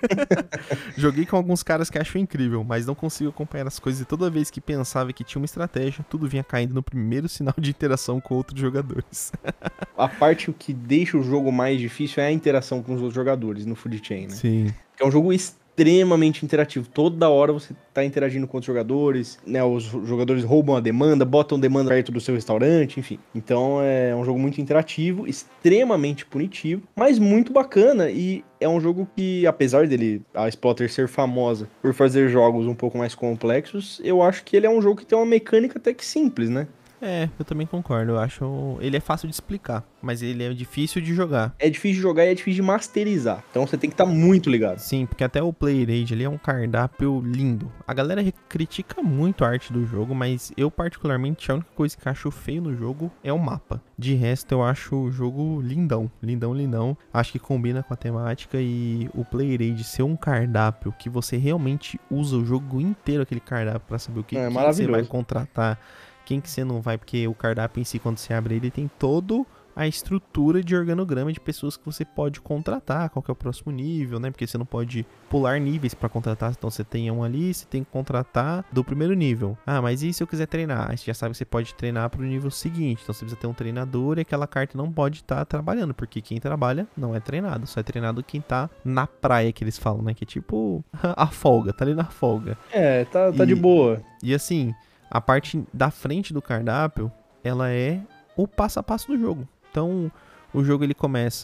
Joguei com alguns caras que acham incrível, mas não consigo acompanhar as coisas e toda vez que pensava que tinha uma estratégia, tudo vinha caindo no primeiro sinal de interação com outros jogadores. A parte que deixa o jogo mais difícil é a interação com os outros jogadores no Food Chain, né? Sim. É um jogo extremamente interativo. Toda hora você tá interagindo com outros jogadores, né? Os jogadores roubam a demanda, botam demanda perto do seu restaurante, enfim. Então é um jogo muito interativo, extremamente punitivo, mas muito bacana. E é um jogo que, apesar dele, a Splotter ser famosa por fazer jogos um pouco mais complexos, eu acho que ele é um jogo que tem uma mecânica até que simples, né? É, eu também concordo. Eu acho... Ele é fácil de explicar, mas ele é difícil de jogar. É difícil de jogar e é difícil de masterizar. Então você tem que estar tá muito ligado. Sim, porque até o Player Age ali é um cardápio lindo. A galera critica muito a arte do jogo, mas eu particularmente, a única coisa que acho feio no jogo é o mapa. De resto, eu acho o jogo lindão. Lindão, lindão. Acho que combina com a temática e o Player Age ser um cardápio que você realmente usa o jogo inteiro, aquele cardápio, pra saber o que, é, que você vai contratar. Quem que você não vai, porque o cardápio em si, quando você abre ele, tem todo a estrutura de organograma de pessoas que você pode contratar, qual que é o próximo nível, né? Porque você não pode pular níveis para contratar, então você tem um ali, você tem que contratar do primeiro nível. Ah, mas e se eu quiser treinar? Aí você já sabe que você pode treinar para o nível seguinte, então você precisa ter um treinador e aquela carta não pode estar tá trabalhando, porque quem trabalha não é treinado, só é treinado quem tá na praia, que eles falam, né? Que é tipo a folga, tá ali na folga. É, tá, tá e, de boa. E assim... A parte da frente do cardápio, ela é o passo a passo do jogo. Então, o jogo ele começa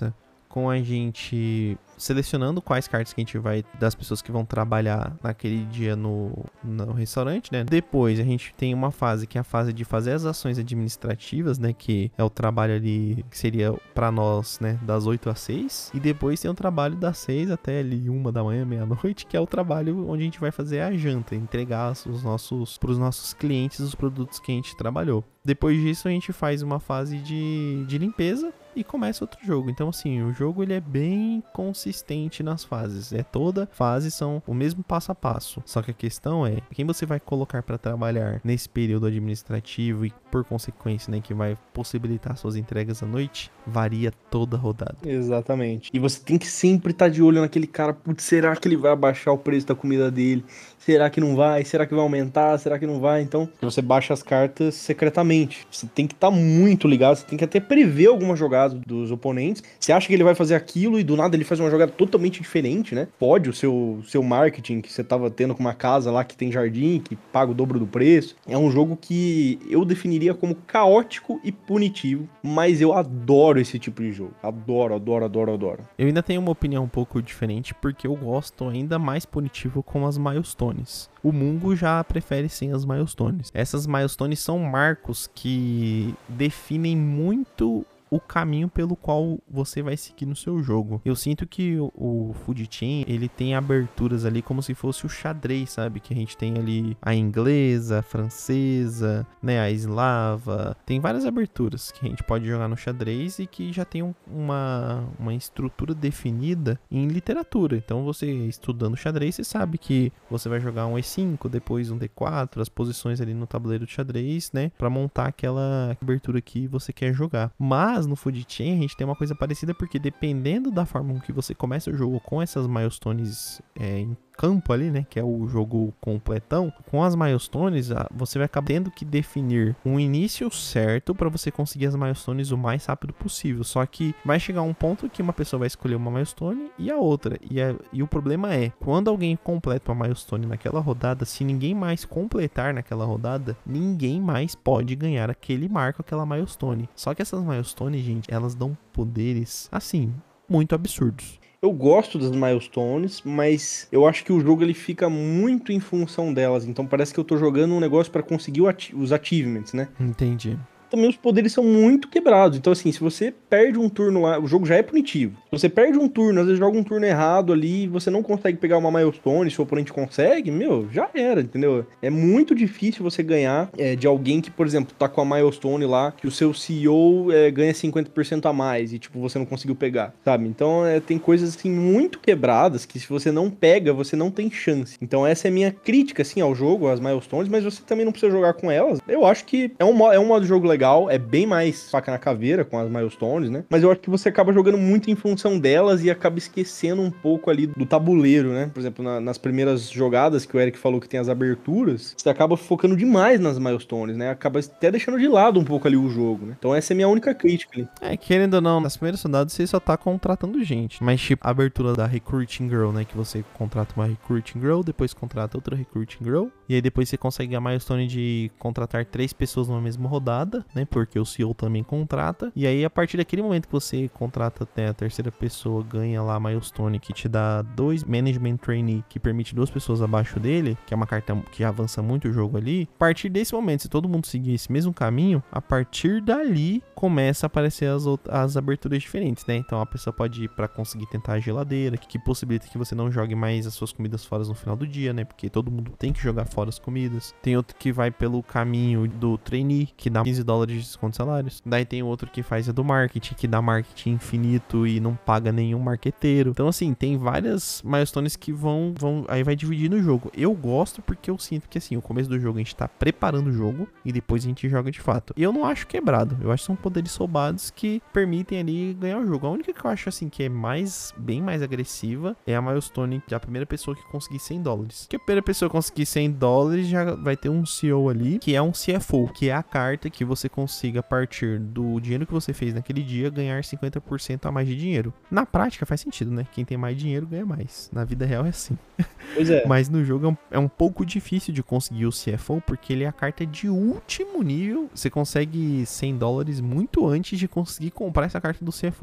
com a gente selecionando quais cartas que a gente vai, das pessoas que vão trabalhar naquele dia no, no restaurante, né? Depois a gente tem uma fase que é a fase de fazer as ações administrativas, né? Que é o trabalho ali, que seria pra nós, né? Das oito às seis. E depois tem o trabalho das seis até ali uma da manhã, meia-noite, que é o trabalho onde a gente vai fazer a janta, entregar os nossos, pros nossos clientes os produtos que a gente trabalhou. Depois disso a gente faz uma fase de, de limpeza e começa outro jogo. Então assim, o jogo ele é bem consistente nas fases. É toda fase são o mesmo passo a passo. Só que a questão é, quem você vai colocar para trabalhar nesse período administrativo e por consequência, né, que vai possibilitar suas entregas à noite, varia toda a rodada. Exatamente. E você tem que sempre estar de olho naquele cara, putz, será que ele vai abaixar o preço da comida dele? Será que não vai? Será que vai aumentar? Será que não vai? Então, você baixa as cartas secretamente. Você tem que estar muito ligado, você tem que até prever alguma jogada dos oponentes. Você acha que ele vai fazer aquilo e do nada ele faz uma jogada totalmente diferente, né? Pode o seu, seu marketing que você tava tendo com uma casa lá que tem jardim, que paga o dobro do preço. É um jogo que eu definiria como caótico e punitivo, mas eu adoro esse tipo de jogo. Adoro, adoro, adoro, adoro. Eu ainda tenho uma opinião um pouco diferente, porque eu gosto ainda mais punitivo com as milestones. O Mungo já prefere sim as milestones. Essas milestones são marcos que definem muito o caminho pelo qual você vai seguir no seu jogo. Eu sinto que o, o Food Chain, ele tem aberturas ali como se fosse o xadrez, sabe? Que a gente tem ali a inglesa, a francesa, né? A eslava. Tem várias aberturas que a gente pode jogar no xadrez e que já tem um, uma, uma estrutura definida em literatura. Então você estudando xadrez, você sabe que você vai jogar um E cinco, depois um D quatro, as posições ali no tabuleiro de xadrez, né? Pra montar aquela abertura que você quer jogar. Mas no Food Chain a gente tem uma coisa parecida, porque dependendo da forma com que você começa o jogo com essas milestones é, em campo ali, né, que é o jogo completão, com as milestones você vai acabar tendo que definir um início certo para você conseguir as milestones o mais rápido possível. Só que vai chegar um ponto que uma pessoa vai escolher uma milestone e a outra, e, a, e o problema é, quando alguém completa uma milestone naquela rodada, se ninguém mais completar naquela rodada, ninguém mais pode ganhar aquele marco, aquela milestone. Só que essas milestones, gente, elas dão poderes, assim, muito absurdos. Eu gosto das milestones, mas eu acho que o jogo ele fica muito em função delas. Então parece que eu tô jogando um negócio pra conseguir ati- os achievements, né? Entendi. Também os poderes são muito quebrados. Então, assim, se você perde um turno lá, o jogo já é punitivo. Se você perde um turno, às vezes joga um turno errado ali, você não consegue pegar uma milestone, se o oponente consegue, meu, já era, entendeu? É muito difícil você ganhar é, de alguém que, por exemplo, tá com a milestone lá, que o seu C E O é, ganha cinquenta por cento a mais e, tipo, você não conseguiu pegar, sabe? Então, é, tem coisas, assim, muito quebradas que se você não pega, você não tem chance. Então, essa é a minha crítica, assim, ao jogo, às milestones, mas você também não precisa jogar com elas. Eu acho que é um, é um modo de jogo legal. Legal, é bem mais faca na caveira com as milestones, né? Mas eu acho que você acaba jogando muito em função delas e acaba esquecendo um pouco ali do tabuleiro, né? Por exemplo, na, nas primeiras jogadas que o Eric falou que tem as aberturas, você acaba focando demais nas milestones, né? Acaba até deixando de lado um pouco ali o jogo, né? Então essa é a minha única crítica ali. É, querendo ou não, nas primeiras rodadas você só tá contratando gente. Mas tipo, a abertura da Recruiting Girl, né? Que você contrata uma Recruiting Girl, depois contrata outra Recruiting Girl, e aí depois você consegue a milestone de contratar três pessoas numa mesma rodada, né? Porque o C E O também contrata. E aí, a partir daquele momento que você contrata até a terceira pessoa, ganha lá a milestone que te dá dois Management Trainee, que permite duas pessoas abaixo dele, que é uma carta que avança muito o jogo ali. A partir desse momento, se todo mundo seguir esse mesmo caminho, a partir dali começa a aparecer as, as aberturas diferentes, né? Então a pessoa pode ir pra conseguir tentar a geladeira, que, que possibilita que você não jogue mais as suas comidas fora no final do dia, né? Porque todo mundo tem que jogar fora as comidas. Tem outro que vai pelo caminho do trainee, que dá quinze dólares de desconto de salários. Daí tem outro que faz a do marketing, que dá marketing infinito e não paga nenhum marqueteiro. Então assim, tem várias milestones que vão, vão aí vai dividir no jogo. Eu gosto porque eu sinto que assim, o começo do jogo a gente tá preparando o jogo e depois a gente joga de fato. E eu não acho quebrado, eu acho que são poderes roubados que permitem ali ganhar o jogo. A única que eu acho assim que é mais, bem mais agressiva é a milestone da primeira pessoa que conseguir cem dólares. Que a primeira pessoa conseguir cem dólares já vai ter um C E O ali, que é um C F O, que é a carta que você consiga, a partir do dinheiro que você fez naquele dia, ganhar cinquenta por cento a mais de dinheiro. Na prática faz sentido, né? Quem tem mais dinheiro ganha mais. Na vida real é assim. Pois é. Mas no jogo é um, é um pouco difícil de conseguir o C F O, porque ele é a carta de último nível. Você consegue cem dólares muito antes de conseguir comprar essa carta do C F O.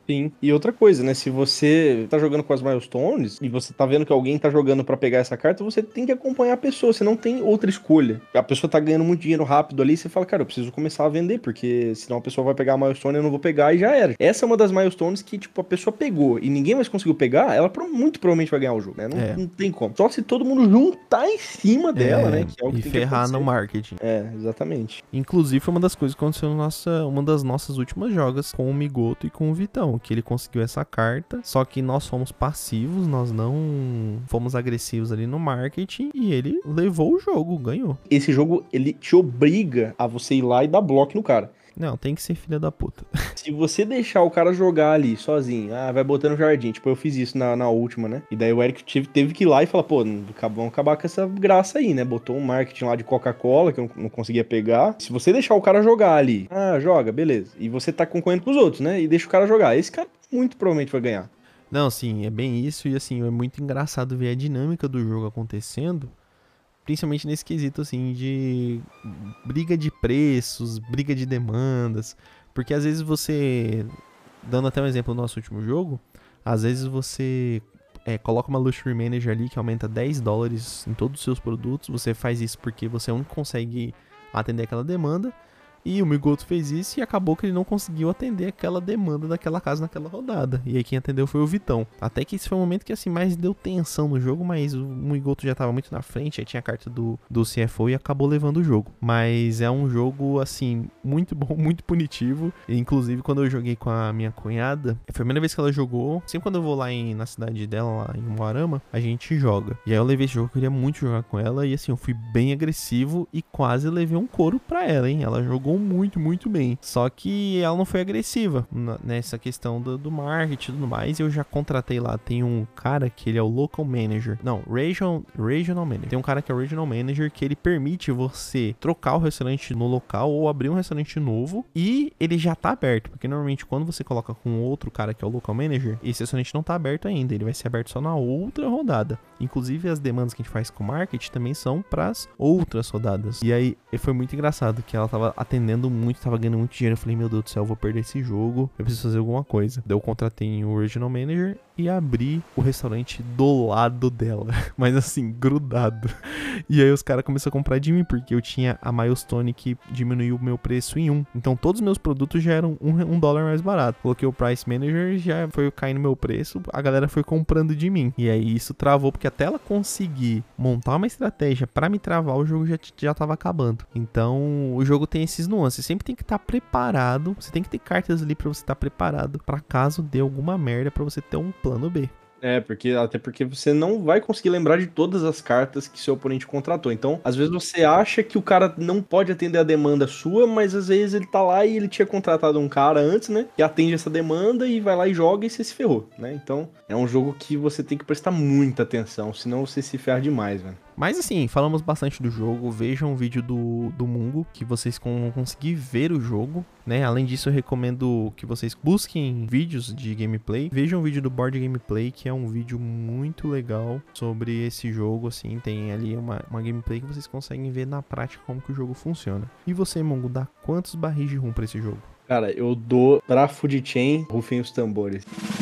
Sim. E outra coisa, né? Se você tá jogando com as milestones e você tá vendo que alguém tá jogando pra pegar essa carta, você tem que acompanhar a pessoa, você não tem outra escolha. A pessoa tá ganhando muito dinheiro rápido ali, você fala, cara, eu preciso começar a vender, porque senão a pessoa vai pegar a milestone e eu não vou pegar e já era. Essa é uma das milestones que, tipo, a pessoa pegou e ninguém mais conseguiu pegar, ela muito provavelmente vai ganhar o jogo, né? Não, É. não tem como. Só se todo mundo juntar em cima dela, É, né? Que é o que e tem que ferrar acontecer. no marketing. É, exatamente. Inclusive, foi uma das coisas que aconteceu na nossa, uma das nossas últimas jogas com o Migoto e com o Vitão, que ele conseguiu essa carta, só que nós fomos passivos, nós não fomos agressivos ali no marketing, e ele levou o jogo, ganhou. Esse jogo, ele te obriga a você ir lá e dar bloco no cara. Não, tem que ser filha da puta. Se você deixar o cara jogar ali sozinho, ah, vai botando no jardim, tipo, eu fiz isso na, na última, né? E daí o Eric teve, teve que ir lá e falar, pô, vamos acabar com essa graça aí, né? Botou um marketing lá de Coca-Cola, que eu não, não conseguia pegar. Se você deixar o cara jogar ali, ah, joga, beleza. E você tá concorrendo com os outros, né? E deixa o cara jogar. Esse cara muito provavelmente vai ganhar. Não, sim, é bem isso, e assim, é muito engraçado ver a dinâmica do jogo acontecendo, principalmente nesse quesito, assim, de briga de preços, briga de demandas, porque às vezes você, dando até um exemplo do nosso último jogo, às vezes você é, coloca uma Luxury Manager ali que aumenta dez dólares em todos os seus produtos, você faz isso porque você não consegue atender aquela demanda, e o Migoto fez isso e acabou que ele não conseguiu atender aquela demanda daquela casa naquela rodada. E aí quem atendeu foi o Vitão. Até que esse foi o momento que assim mais deu tensão no jogo, mas o Migoto já tava muito na frente, aí tinha a carta do, do C F O e acabou levando o jogo. Mas é um jogo assim, muito bom, muito punitivo. E, inclusive quando eu joguei com a minha cunhada, foi a primeira vez que ela jogou. Sempre quando eu vou lá em, na cidade dela, lá em Moarama, a gente joga. E aí eu levei esse jogo, eu queria muito jogar com ela. E assim, eu fui bem agressivo e quase levei um couro pra ela, hein? Ela jogou muito, muito bem. Só que ela não foi agressiva na, nessa questão do, do marketing e tudo mais. Eu já contratei lá, tem um cara que ele é o Local Manager. Não, Regional, Regional Manager. Tem um cara que é o Regional Manager que ele permite você trocar o restaurante no local ou abrir um restaurante novo e ele já tá aberto. Porque normalmente quando você coloca com outro cara que é o Local Manager, esse restaurante não tá aberto ainda. Ele vai ser aberto só na outra rodada. Inclusive as demandas que a gente faz com o marketing também são pras outras rodadas. E aí foi muito engraçado que ela tava atendendo muito, tava ganhando muito dinheiro. Eu falei, meu Deus do céu, eu vou perder esse jogo, eu preciso fazer alguma coisa. Daí eu contratei o Original Manager e abri o restaurante do lado dela, mas assim, grudado. E aí os caras começaram a comprar de mim, porque eu tinha a Milestone que diminuiu o meu preço em um. Então todos os meus produtos já eram um, um dólar mais barato. Coloquei o Price Manager e já foi caindo meu preço, a galera foi comprando de mim. E aí isso travou, porque até ela conseguir montar uma estratégia pra me travar, o jogo já, já tava acabando. Então o jogo tem esses nuances, você sempre tem que estar preparado, você tem que ter cartas ali pra você estar preparado pra caso dê alguma merda, pra você ter um plano B. É, porque até porque você não vai conseguir lembrar de todas as cartas que seu oponente contratou. Então, às vezes você acha que o cara não pode atender a demanda sua, mas às vezes ele tá lá e ele tinha contratado um cara antes, né? Que atende essa demanda e vai lá e joga e você se ferrou, né? Então, é um jogo que você tem que prestar muita atenção, senão você se ferra demais, velho. Mas assim, falamos bastante do jogo, vejam o vídeo do, do Mungo, que vocês vão conseguir ver o jogo, né? Além disso, eu recomendo que vocês busquem vídeos de gameplay, vejam o vídeo do Board Gameplay, que é um vídeo muito legal sobre esse jogo, assim, tem ali uma, uma gameplay que vocês conseguem ver na prática como que o jogo funciona. E você, Mungo, dá quantos barris de rum pra esse jogo? Cara, eu dou pra Food Chain, rufem os tambores.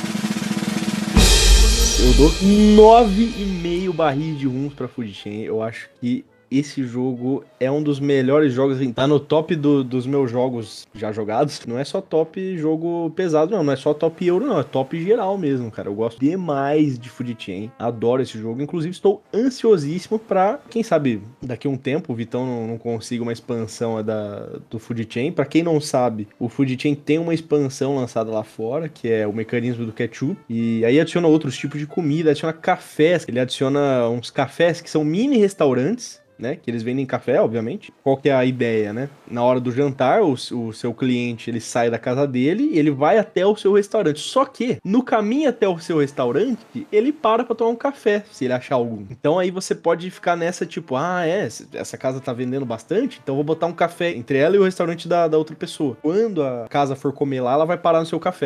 Eu dou nove e meio barris de rums pra Food Chain. Eu acho que esse jogo é um dos melhores jogos, assim, tá no top do, dos meus jogos já jogados. Não é só top jogo pesado, não. Não é só top euro, não. É top geral mesmo, cara. Eu gosto demais de Food Chain. Adoro esse jogo. Inclusive, estou ansiosíssimo pra, quem sabe, daqui a um tempo o Vitão não, não consiga uma expansão da, do Food Chain. Pra quem não sabe, o Food Chain tem uma expansão lançada lá fora, que é o mecanismo do ketchup. E aí adiciona outros tipos de comida, adiciona cafés. Ele adiciona uns cafés que são mini restaurantes, né, que eles vendem café, obviamente. Qual que é a ideia, né? Na hora do jantar, o, o seu cliente, ele sai da casa dele e ele vai até o seu restaurante. Só que, no caminho até o seu restaurante, ele para pra tomar um café, se ele achar algum. Então aí você pode ficar nessa, tipo, ah, é, essa casa tá vendendo bastante, então vou botar um café entre ela e o restaurante da, da outra pessoa. Quando a casa for comer lá, ela vai parar no seu café.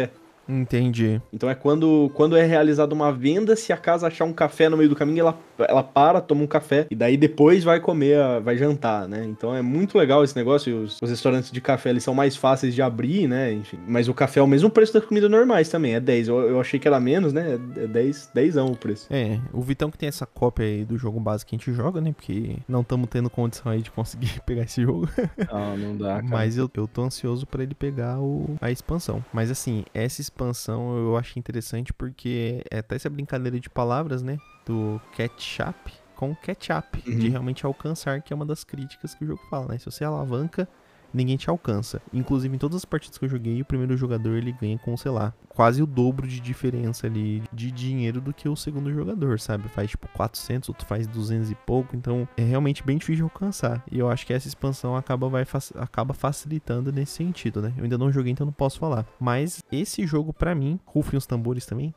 Entendi. Então é quando, quando é realizada uma venda, se a casa achar um café no meio do caminho, ela, ela para, toma um café e daí depois vai comer, a- vai jantar, né? Então é muito legal esse negócio. E os, os restaurantes de café, eles são mais fáceis de abrir, né? Enfim, mas o café é o mesmo preço das comidas normais também, é dez. Eu, eu achei que era menos, né? É dez, dezão o preço. É, o Vitão que tem essa cópia aí do jogo básico que a gente joga, né? Porque não estamos tendo condição aí de conseguir pegar esse jogo. Ah, não dá, cara. Mas eu, eu tô ansioso pra ele pegar o, a expansão. Mas assim, essa expansão eu achei interessante porque é até essa brincadeira de palavras, né? Do ketchup com ketchup. Uhum. De realmente alcançar, que é uma das críticas que o jogo fala, né? Se você alavanca, ninguém te alcança. Inclusive, em todas as partidas que eu joguei, o primeiro jogador ele ganha com, sei lá, quase o dobro de diferença ali de dinheiro do que o segundo jogador, sabe? Faz tipo quatrocentos, outro faz duzentos e pouco. Então, é realmente bem difícil de alcançar. E eu acho que essa expansão acaba, vai, fac- acaba facilitando nesse sentido, né? Eu ainda não joguei, então não posso falar. Mas esse jogo, pra mim, rufem os tambores também,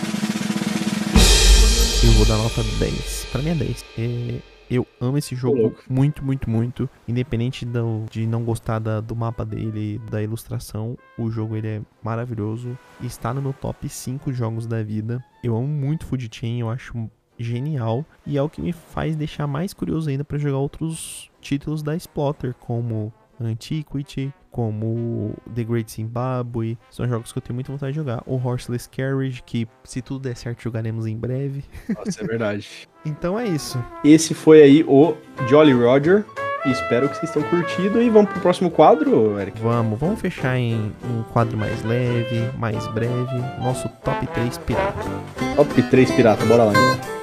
eu vou dar nota dez. Pra mim é dez. É... Eu amo esse jogo louco. muito, muito, muito. Independente do, de não gostar da- do mapa dele, da ilustração, o jogo ele é maravilhoso. Está no meu top cinco jogos da vida. Eu amo muito Food Chain, eu acho genial. E é o que me faz deixar mais curioso ainda para jogar outros títulos da Splotter, como Antiquity, como The Great Zimbabwe. São jogos que eu tenho muita vontade de jogar. O Horseless Carriage, que se tudo der certo jogaremos em breve. Nossa, é verdade. Então é isso. Esse foi aí o Jolly Roger. Espero que vocês tenham curtido. E vamos pro próximo quadro, Eric. Vamos, vamos fechar em um quadro mais leve, mais breve. Nosso top três pirata. Top três pirata, bora lá então.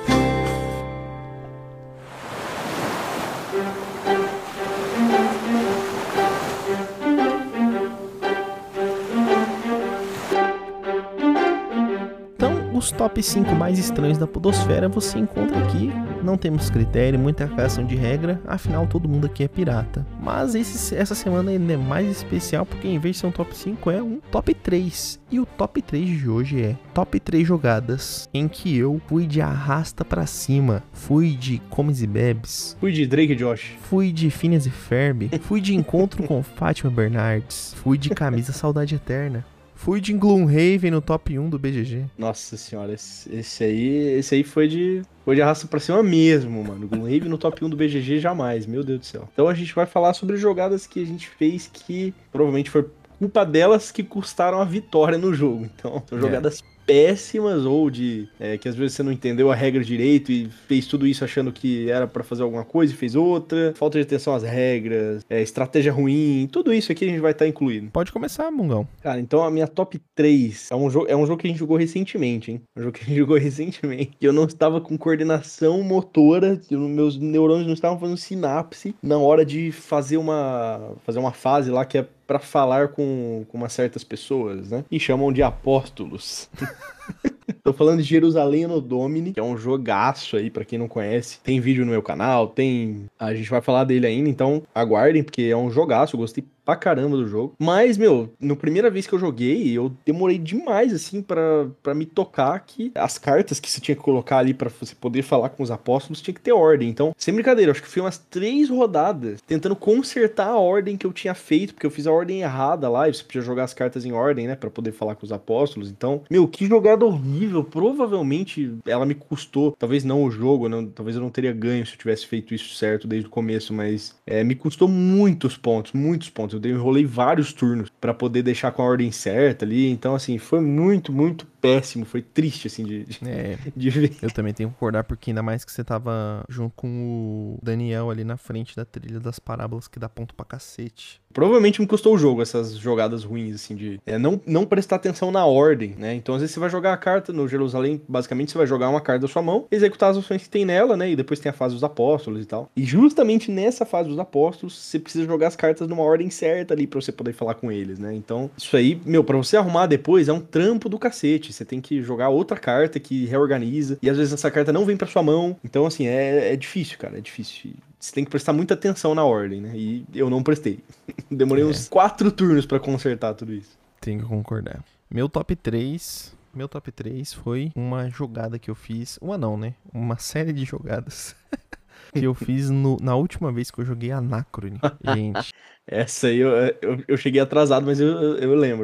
Então, os top cinco mais estranhos da podosfera você encontra aqui. Não temos critério, muita criação de regra, afinal todo mundo aqui é pirata. Mas esse, essa semana ainda é mais especial porque em vez de ser um top cinco é um top três. E o top três de hoje é top três jogadas em que eu fui de arrasta pra cima, fui de comes e bebes, Fui de Drake e Josh. fui de Phineas e Ferb, fui de encontro com Fátima Bernardes, fui de camisa Saudade Eterna, fui de Gloomhaven no top um do B G G. Nossa senhora, esse, esse aí, esse aí foi de, foi de arrasta pra cima mesmo, mano. Gloomhaven no top um do B G G jamais, meu Deus do céu. Então a gente vai falar sobre jogadas que a gente fez que provavelmente foi culpa delas que custaram a vitória no jogo. Então, são É. jogadas péssimas ou de é, que às vezes você não entendeu a regra direito e fez tudo isso achando que era pra fazer alguma coisa e fez outra, falta de atenção às regras, é, estratégia ruim, tudo isso aqui a gente vai estar incluindo. Pode começar, Mungão. Cara, então a minha top três é um jogo, é um jogo que a gente jogou recentemente, hein? Um jogo que a gente jogou recentemente. Que eu não estava com coordenação motora, que eu- meus neurônios não estavam fazendo sinapse na hora de fazer uma fazer uma fase lá que é pra falar com, com umas certas pessoas, né? E chamam de apóstolos. Tô falando de Jerusalém no Domini, que é um jogaço aí, pra quem não conhece. Tem vídeo no meu canal, tem... A gente vai falar dele ainda, então aguardem, porque é um jogaço, eu gostei pra caramba do jogo. Mas, meu, na primeira vez que eu joguei, eu demorei demais, assim, pra, pra me tocar que as cartas que você tinha que colocar ali pra você poder falar com os apóstolos tinha que ter ordem. Então, sem brincadeira, eu acho que fui umas três rodadas tentando consertar a ordem que eu tinha feito, porque eu fiz a ordem errada lá, e você podia jogar as cartas em ordem, né, pra poder falar com os apóstolos. Então, meu, que jogada horrível. Provavelmente ela me custou, talvez não o jogo, não, talvez eu não teria ganho se eu tivesse feito isso certo desde o começo, mas é, me custou muitos pontos, muitos pontos. Eu enrolei vários turnos pra poder deixar com a ordem certa ali. Então, assim, foi muito, muito péssimo. Foi triste, assim, de, de, É, de ver. eu também tenho que concordar, porque ainda mais que você tava junto com o Daniel ali na frente da trilha das parábolas que dá ponto pra cacete. Provavelmente me custou o jogo, essas jogadas ruins, assim, de é, não, não prestar atenção na ordem, né? Então, às vezes você vai jogar a carta no Jerusalém, basicamente você vai jogar uma carta da sua mão, executar as opções que tem nela, né? E depois tem a fase dos apóstolos e tal. E justamente nessa fase dos apóstolos, você precisa jogar as cartas numa ordem certa ali pra você poder falar com eles, né? Então, isso aí, meu, pra você arrumar depois é um trampo do cacete. Você tem que jogar outra carta que reorganiza, e às vezes essa carta não vem pra sua mão. Então, assim, é, é difícil, cara, é difícil. Você tem que prestar muita atenção na ordem, né? E eu não prestei. Demorei É. uns quatro turnos pra consertar tudo isso. Tenho que concordar. Meu top três... Meu top três foi uma jogada que eu fiz... Uma não, né? Uma série de jogadas que eu fiz no, na última vez que eu joguei Anacrone. Gente, Essa aí eu, eu, eu cheguei atrasado, mas eu, eu, eu lembro.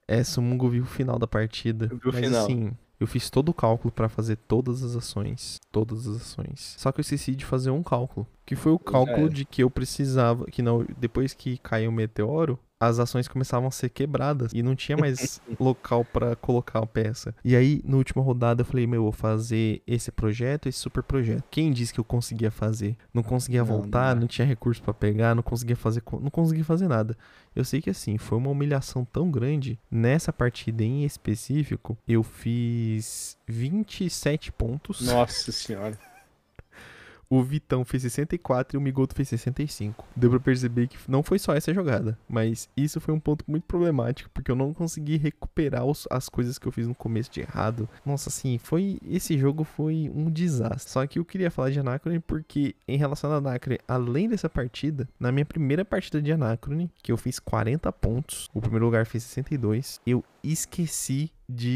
É, Sumungo viu o final da partida. Eu vi o mas final. assim, eu fiz todo o cálculo pra fazer todas as ações. Todas as ações. Só que eu esqueci de fazer um cálculo. Que foi o cálculo é. de que eu precisava. Que não, depois que caiu o meteoro, as ações começavam a ser quebradas. E não tinha mais local pra colocar a peça. E aí, na última rodada, eu falei, meu, eu vou fazer esse projeto, esse super projeto. Quem disse que eu conseguia fazer? Não conseguia Não, voltar, não não, é. tinha recurso pra pegar, não conseguia fazer. co- Não conseguia fazer nada. Eu sei que assim, foi uma humilhação tão grande. Nessa partida em específico, eu fiz vinte e sete pontos. Nossa senhora. O Vitão fez sessenta e quatro e o Migoto fez sessenta e cinco. Deu pra perceber que não foi só essa jogada, mas isso foi um ponto muito problemático, porque eu não consegui recuperar os- as coisas que eu fiz no começo de errado. Nossa, assim, foi esse jogo foi um desastre. Só que eu queria falar de Anacrone porque, em relação a Anacrone, além dessa partida, na minha primeira partida de Anacrone, que eu fiz quarenta pontos, o primeiro lugar fez sessenta e dois, eu esqueci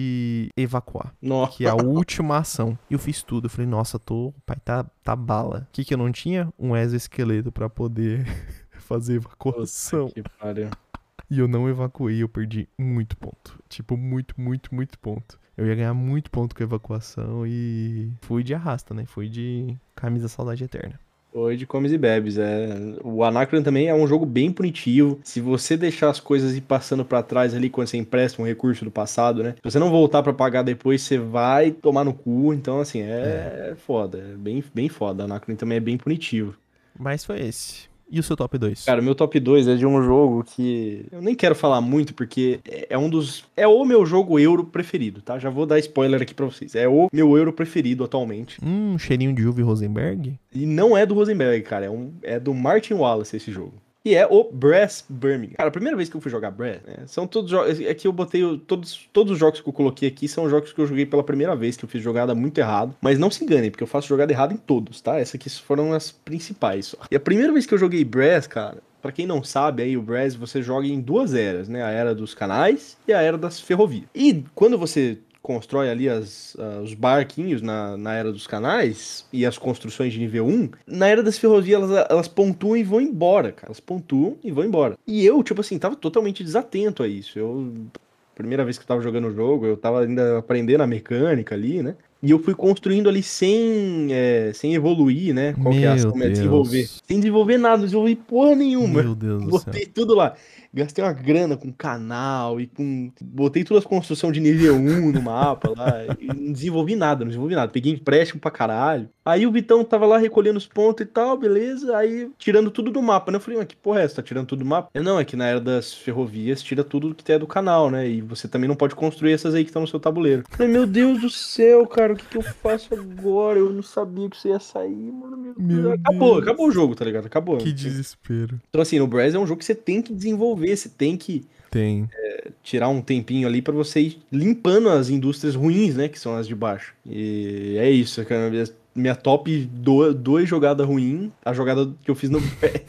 de evacuar. Nossa. Que é a última ação. E eu fiz tudo. Eu falei, nossa, tô. Pai, tá, tá bala. O que que eu não tinha? Um exoesqueleto pra poder fazer evacuação. Puta que pariu. E eu não evacuei, eu perdi muito ponto. Tipo, muito, muito, muito ponto. Eu ia ganhar muito ponto com a evacuação e fui de arrasta, né? Fui de camisa saudade eterna. Foi de comes e bebes, é. O Anacron também é um jogo bem punitivo. Se você deixar as coisas ir passando pra trás ali quando você empresta um recurso do passado, né? Se você não voltar pra pagar depois, você vai tomar no cu. Então, assim, é, foda. É bem, bem foda. O Anacron também é bem punitivo. Mas foi esse. E o seu top dois? Cara, o meu top dois é de um jogo que eu nem quero falar muito, porque é um dos... É o meu jogo euro preferido, tá? Já vou dar spoiler aqui pra vocês. É o meu euro preferido atualmente. Hum, cheirinho de uva e Rosenberg? E não é do Rosenberg, cara. É, um, é do Martin Wallace esse jogo. E é o Brass Birmingham. Cara, a primeira vez que eu fui jogar Brass, né, são todos jogos... É que eu botei... o- Todos, todos os jogos que eu coloquei aqui são jogos que eu joguei pela primeira vez, que eu fiz jogada muito errado. Mas não se enganem, porque eu faço jogada errada em todos, tá? Essas aqui foram as principais só. E a primeira vez que eu joguei Brass, cara... Pra quem não sabe, aí o Brass você joga em duas eras, né? A era dos canais e a era das ferrovias. E quando você constrói ali as, ah, os barquinhos na, na era dos canais e as construções de nível um, na era das ferrovias elas, elas pontuam e vão embora, cara. Elas pontuam e vão embora. E eu, tipo assim, tava totalmente desatento a isso. Eu, primeira vez que eu tava jogando o jogo, eu tava ainda aprendendo a mecânica ali, né? E eu fui construindo ali sem, é, sem evoluir, né? Qual que é a Meu ação? É desenvolver. Deus. Sem desenvolver nada, não desenvolvi porra nenhuma. Meu Deus do céu. Botei tudo lá. Gastei uma grana com canal e com. Botei todas as construções de nível um no mapa lá. E não desenvolvi nada, não desenvolvi nada. Peguei empréstimo pra caralho. Aí o Vitão tava lá recolhendo os pontos e tal, beleza. Aí tirando tudo do mapa, né? Eu falei, mas que porra é essa? Tá tirando tudo do mapa? Eu, não, é que na era das ferrovias tira tudo que é do canal, né? E você também não pode construir essas aí que estão no seu tabuleiro. Eu falei, meu Deus do céu, cara, o que, que eu faço agora? Eu não sabia que isso ia sair, mano. Meu Meu Deus. Acabou, Deus. acabou o jogo, tá ligado? Acabou. Que desespero. Então, assim, no Brass é um jogo que você tem que desenvolver, você tem que Tem. tirar um tempinho ali pra você ir limpando as indústrias ruins, né, que são as de baixo. E é isso, cara. Minha- Minha top do- dois jogadas ruins, a jogada que eu fiz no Brass.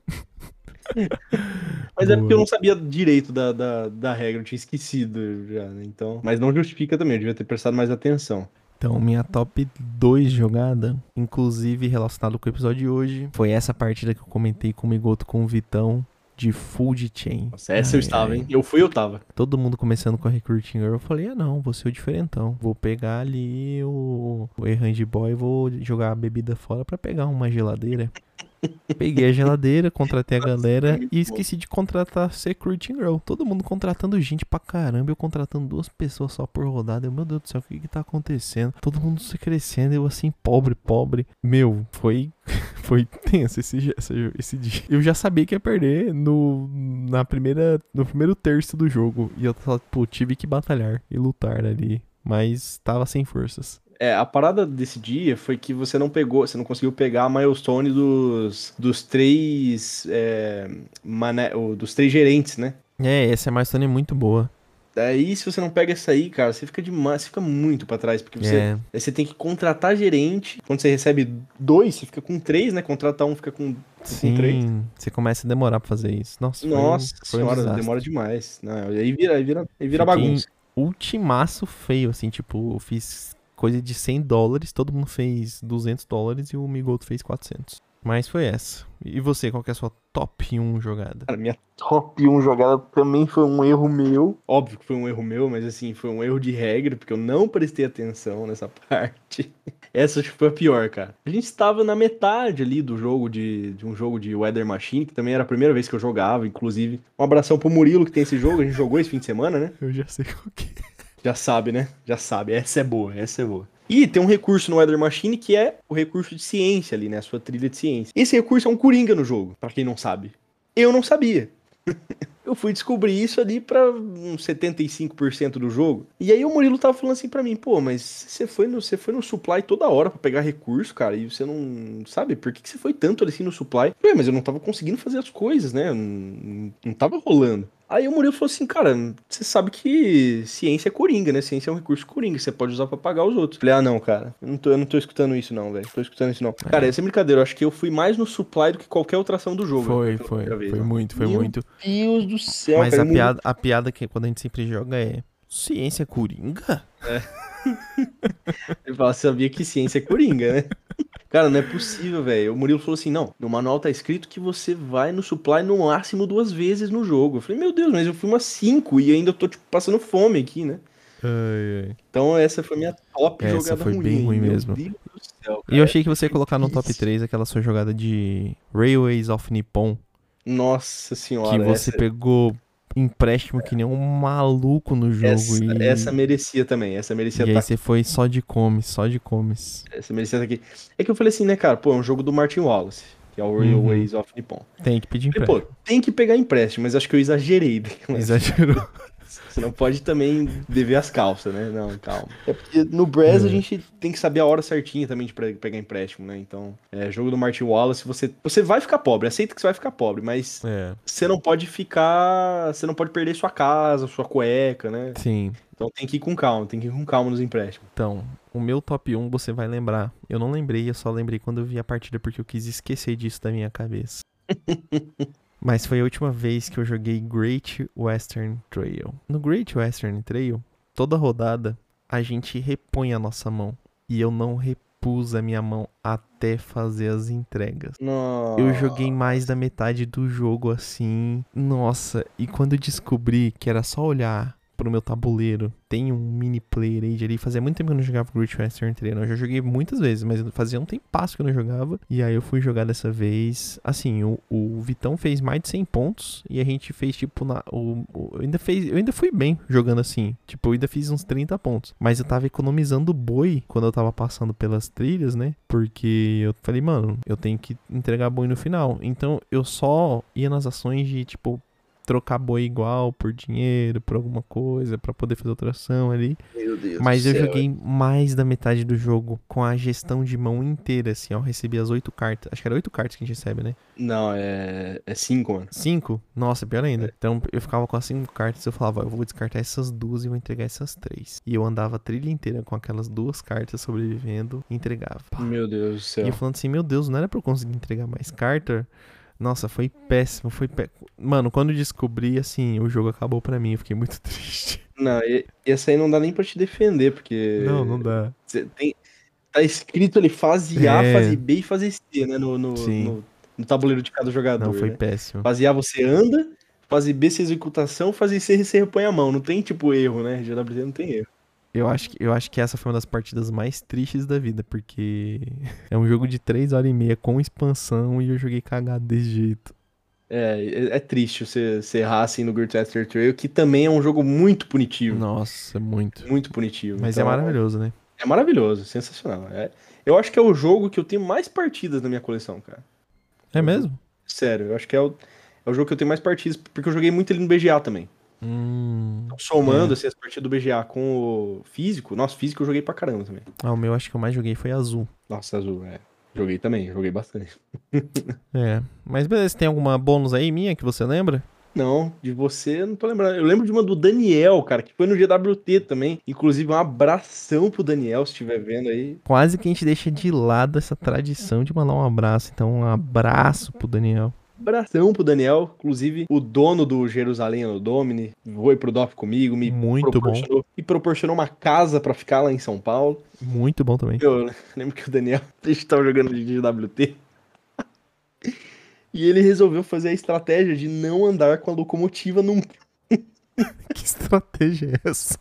Mas é Boa. porque eu não sabia direito da, da, da regra, eu tinha esquecido já, né? Então, mas não justifica também, eu devia ter prestado mais atenção. Então, minha top dois jogada, inclusive relacionado com o episódio de hoje, foi essa partida que eu comentei com o Migoto com o Vitão de Food Chain. Nossa, essa eu Ai, estava, ai. hein? Eu fui, eu tava. Todo mundo começando com a Recruiting Girl, eu falei, ah não, vou ser o diferentão. Vou pegar ali o, o Errand Boy e vou jogar a bebida fora pra pegar uma geladeira. Peguei a geladeira, contratei a galera muito e bom. esqueci de contratar a Recruiting Girl. Todo mundo contratando gente pra caramba, eu contratando duas pessoas só por rodada. Eu, meu Deus do céu, o que que tá acontecendo? Todo mundo se crescendo, eu assim, pobre, pobre. Meu, foi... Foi tenso esse, esse, esse dia. Eu já sabia que ia perder no, na primeira, no primeiro terço do jogo. E eu só, pô, tive que batalhar e lutar ali. Mas tava sem forças. É, a parada desse dia foi que você não pegou, você não conseguiu pegar a milestone dos, dos três, é, mané, o- dos três gerentes, né? É, essa milestone é muito boa. Daí, se você não pega essa aí, cara, você fica demais, você fica muito pra trás, porque você, É. aí você tem que contratar gerente. Quando você recebe dois, você fica com três, né? Contratar um fica com, com três. Sim, você começa a demorar pra fazer isso. Nossa, foi, Nossa foi um senhora, desastre. demora demais. Não, aí vira, aí vira, aí vira Fiquei bagunça. ultimaço feio, assim, tipo, eu fiz coisa de cem dólares, todo mundo fez duzentos dólares e o Migoto fez quatrocentos. Mas foi essa. E você, qual que é a sua top um jogada? Cara, minha top um jogada também foi um erro meu. Óbvio que foi um erro meu, mas assim, foi um erro de regra, porque eu não prestei atenção nessa parte. Essa acho que foi a pior, cara. A gente estava na metade ali do jogo de, de um jogo de Weather Machine, que também era a primeira vez que eu jogava, inclusive. Um abração pro Murilo, que tem esse jogo, a gente jogou esse fim de semana, né? Eu já sei qual que é. Já sabe, né? Já sabe. Essa é boa, essa é boa. E tem um recurso no Weather Machine que é o recurso de ciência ali, né? A sua trilha de ciência. Esse recurso é um coringa no jogo, pra quem não sabe. Eu não sabia. Eu fui descobrir isso ali pra uns setenta e cinco por cento do jogo. E aí o Murilo tava falando assim pra mim, pô, mas você foi no, você foi no supply toda hora pra pegar recurso, cara, e você não... Sabe, por que, que você foi tanto assim no supply? Eu falei, mas eu não tava conseguindo fazer as coisas, né? Não, não tava rolando. Aí o Murilo falou assim, cara, você sabe que ciência é coringa, né? Ciência é um recurso coringa, você pode usar pra pagar os outros. Falei, ah, não, cara, eu não tô, eu não tô escutando isso não, velho. Tô escutando isso não. É. Cara, essa é brincadeira, eu acho que eu fui mais no supply do que qualquer outra ação do jogo. Foi, né? foi, vez, foi né? muito, foi Meu muito. Deus do céu, Mas cara, a, muito... piada, a piada que quando a gente sempre joga é, ciência é coringa? É. Ele fala, sabia que ciência é coringa, né? Cara, não é possível, velho. O Murilo falou assim, não, no manual tá escrito que você vai no supply no máximo duas vezes no jogo. Eu falei, meu Deus, mas eu fui umas cinco e ainda tô, tipo, passando fome aqui, né? Ai, ai. Então essa foi a minha top Essa jogada foi ruim. bem ruim meu mesmo. Deus do céu, E eu cara. achei que você ia colocar no top Difícil. três aquela sua jogada de Railways of Nippon, Nossa senhora. que você essa, pegou empréstimo que nem um maluco no jogo essa, e... essa merecia também. Essa merecia E aí estar você foi só de comes, só de comes. Essa merecia estar aqui. É que eu falei assim, né, cara? Pô, é um jogo do Martin Wallace, que é o Railways of Nippon. Tem que pedir Falei, pô, empréstimo. tem que pegar empréstimo, mas acho que eu exagerei. Exagerou. Você não pode também dever as calças, né? Não, calma. É porque no Brass É. a gente tem que saber a hora certinha também de pre- pegar empréstimo, né? Então, é, jogo do Martin Wallace, você, você vai ficar pobre, aceita que você vai ficar pobre, mas É, você não pode ficar. Você não pode perder sua casa, sua cueca, né? sim. Então tem que ir com calma, tem que ir com calma nos empréstimos. Então, o meu top um você vai lembrar. Eu não lembrei, eu só lembrei quando eu vi a partida porque eu quis esquecer disso da minha cabeça. Mas foi a última vez que eu joguei Great Western Trail. No Great Western Trail, toda rodada, a gente repõe a nossa mão. E eu não repus a minha mão até fazer as entregas. Nossa. Eu joguei mais da metade do jogo assim. Nossa, e quando eu descobri que era só olhar pro meu tabuleiro, tem um mini player aí ali. Fazia muito tempo que eu não jogava Great Western Trail. Eu já joguei muitas vezes, mas fazia um tempasso que eu não jogava. E aí eu fui jogar dessa vez. Assim, o, o Vitão fez mais de cem pontos. E a gente fez tipo na. O, o, eu, ainda fez, eu ainda fui bem jogando assim. Tipo, eu ainda fiz uns trinta pontos. Mas eu tava economizando boi quando eu tava passando pelas trilhas, né? Porque eu falei, mano, eu tenho que entregar boi no final. Então eu só ia nas ações de tipo. Trocar boi igual por dinheiro, por alguma coisa, pra poder fazer outra ação ali. Meu Deus Mas do eu céu. joguei mais da metade do jogo com a gestão de mão inteira, assim, ó. Eu recebi as oito cartas. Acho que era oito cartas que a gente recebe, né? Não, é, é cinco, mano. Cinco? Nossa, pior ainda. É. Então eu ficava com as cinco cartas e eu falava, ó, eu vou descartar essas duas e vou entregar essas três. E eu andava a trilha inteira com aquelas duas cartas sobrevivendo e entregava. Pá. Meu Deus do céu. E eu falando assim, meu Deus, não era pra eu conseguir entregar mais carta? Nossa, foi péssimo, foi pé... Mano, quando eu descobri, assim, o jogo acabou pra mim, eu fiquei muito triste. Não, e- essa aí não dá nem pra te defender, porque. Não, não dá. Cê tem, tá escrito ali fase A, É. fase B e fase C, né? No, no, Sim. no, no tabuleiro de cada jogador. Não, foi né? péssimo. Fase A você anda, fase B você executação, fase C você repõe a mão. Não tem tipo erro, né? G W T não tem erro. Eu acho, que, eu acho que essa foi uma das partidas mais tristes da vida, porque é um jogo de três horas e meia com expansão e eu joguei cagado desse jeito. É, é, é triste você, você errar assim no Great Western Trail, que também é um jogo muito punitivo. Nossa, muito. Muito punitivo. Mas Então, é maravilhoso, né? É maravilhoso, sensacional. É, eu acho que é o jogo que eu tenho mais partidas na minha coleção, cara. É mesmo? Sério, eu acho que é o, é o jogo que eu tenho mais partidas, porque eu joguei muito ele no B G A também. Hum. Então, somando É. assim, as partidas do B G A com o físico, nossa, físico eu joguei pra caramba também. Ah, o meu acho que eu mais joguei foi azul. Nossa, azul, é. Joguei também, joguei bastante. É. Mas beleza, tem alguma bônus aí minha que você lembra? Não, de você eu não tô lembrando. Eu lembro de uma do Daniel, cara, que foi no G W T também. Inclusive, um abração pro Daniel, se estiver vendo aí. Quase que a gente deixa de lado essa tradição de mandar um abraço. Então, um abraço pro Daniel. Abração pro Daniel, inclusive o dono do Jerusalém no Domini, foi pro D O F comigo, me Muito proporcionou, me proporcionou uma casa pra ficar lá em São Paulo. Muito bom também. Eu lembro que o Daniel, a gente tava jogando de G W T, E ele resolveu fazer a estratégia de não andar com a locomotiva nunca. Que estratégia é essa?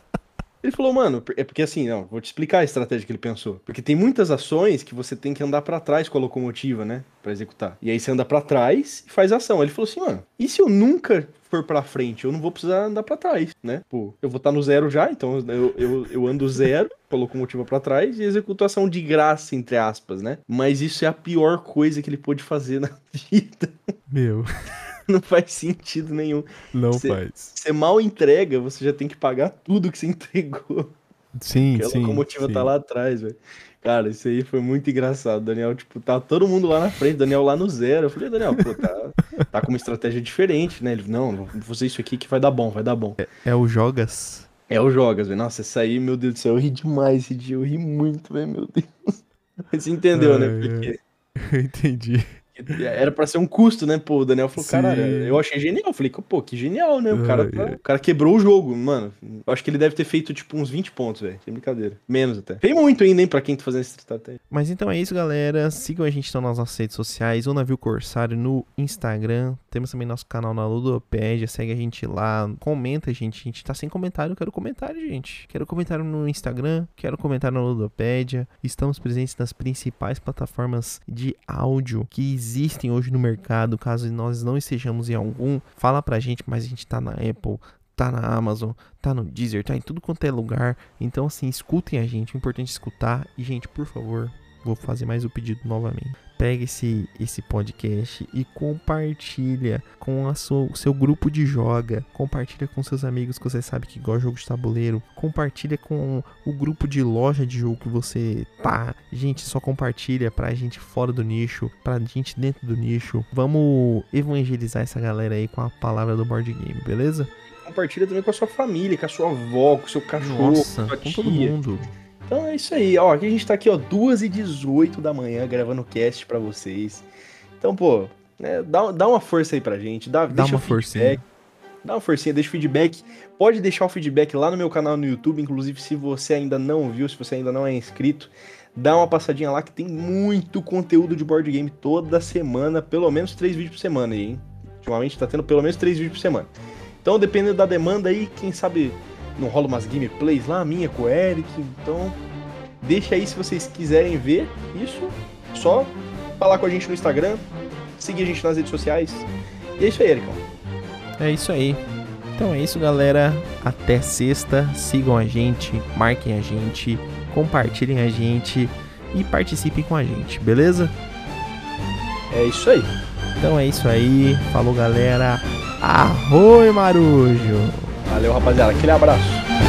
Ele falou, mano, é porque assim, não, vou te explicar a estratégia que ele pensou. Porque tem muitas ações que você tem que andar pra trás com a locomotiva, né, pra executar. E aí você anda pra trás e faz a ação. Ele falou assim, mano, e se eu nunca for pra frente? Eu não vou precisar andar pra trás, né? Pô, eu vou estar no zero já, então eu, eu, eu ando zero com a locomotiva pra trás e executo a ação de graça, entre aspas, né? Mas isso é a pior coisa que ele pôde fazer na vida. Meu, Não faz sentido nenhum. não Cê- faz. Você mal entrega, você já tem que pagar tudo que você entregou. Sim, Porque a sim. locomotiva sim. tá lá atrás, velho. Cara, isso aí foi muito engraçado. Daniel, tipo, tá todo mundo lá na frente, Daniel lá no zero. Eu falei, Daniel, pô, tá, tá com uma estratégia diferente, né? Ele, não, vou fazer isso aqui que vai dar bom, vai dar bom. É o Jogas? É o Jogas, velho. Nossa, isso aí, meu Deus do céu, eu ri demais esse dia, eu ri muito, velho, meu Deus. Você entendeu, né? Ai, Porque Eu entendi. era pra ser um custo, né? Pô, o Daniel falou, Sim. caralho, eu achei genial. Eu falei, pô, que genial, né? O cara, Ai, tá- ai. o cara quebrou o jogo, mano. Eu acho que ele deve ter feito, tipo, uns vinte pontos, velho. Sem brincadeira. Menos até. Tem muito ainda, hein, pra quem tá fazendo essa estratégia. Mas então é isso, galera. Sigam a gente então nas nossas redes sociais, o Navio Corsário no Instagram. Temos também nosso canal na Ludopédia. Segue a gente lá. Comenta, gente. A gente tá sem comentário. Eu quero comentário, gente. Quero comentário no Instagram. Quero comentário na Ludopédia. Estamos presentes nas principais plataformas de áudio que existem hoje no mercado. Caso nós não estejamos em algum, fala pra gente, mas a gente tá na Apple, tá na Amazon, tá no Deezer, tá em tudo quanto é lugar. Então, assim, escutem a gente. O importante é escutar. E, gente, por favor, vou fazer mais um pedido novamente. Pega esse, esse podcast e compartilha com a sua, o seu grupo de joga. Compartilha com seus amigos que você sabe que gosta de jogo de tabuleiro. Compartilha com o grupo de loja de jogo que você tá. Gente, só compartilha pra gente fora do nicho, pra gente dentro do nicho. Vamos evangelizar essa galera aí com a palavra do board game, beleza? Compartilha também com a sua família, com a sua avó, com o seu cachorro, Nossa, com a sua com todo tia. mundo. Então é isso aí, ó. Aqui a gente tá aqui, ó, duas e dezoito da manhã, gravando cast pra vocês. Então, pô, né, dá, dá uma força aí pra gente. Dá, Dá deixa uma o forcinha. feedback. Dá uma forcinha, deixa o feedback. Pode deixar o feedback lá no meu canal no YouTube. Inclusive, se você ainda não viu, se você ainda não é inscrito, dá uma passadinha lá que tem muito conteúdo de board game toda semana. Pelo menos três vídeos por semana aí, hein? Ultimamente tá tendo pelo menos três vídeos por semana. Então, dependendo da demanda aí, quem sabe não rola umas gameplays lá, minha com o Eric. Então, deixa aí se vocês quiserem ver isso. Só falar com a gente no Instagram, seguir a gente nas redes sociais. E é isso aí, Ericão. É isso aí. Então é isso, galera. Até sexta. Sigam a gente, marquem a gente, compartilhem a gente e participem com a gente, beleza? É isso aí. Então é isso aí. Falou, galera. Arroi, Marujo! Valeu, rapaziada. Aquele abraço.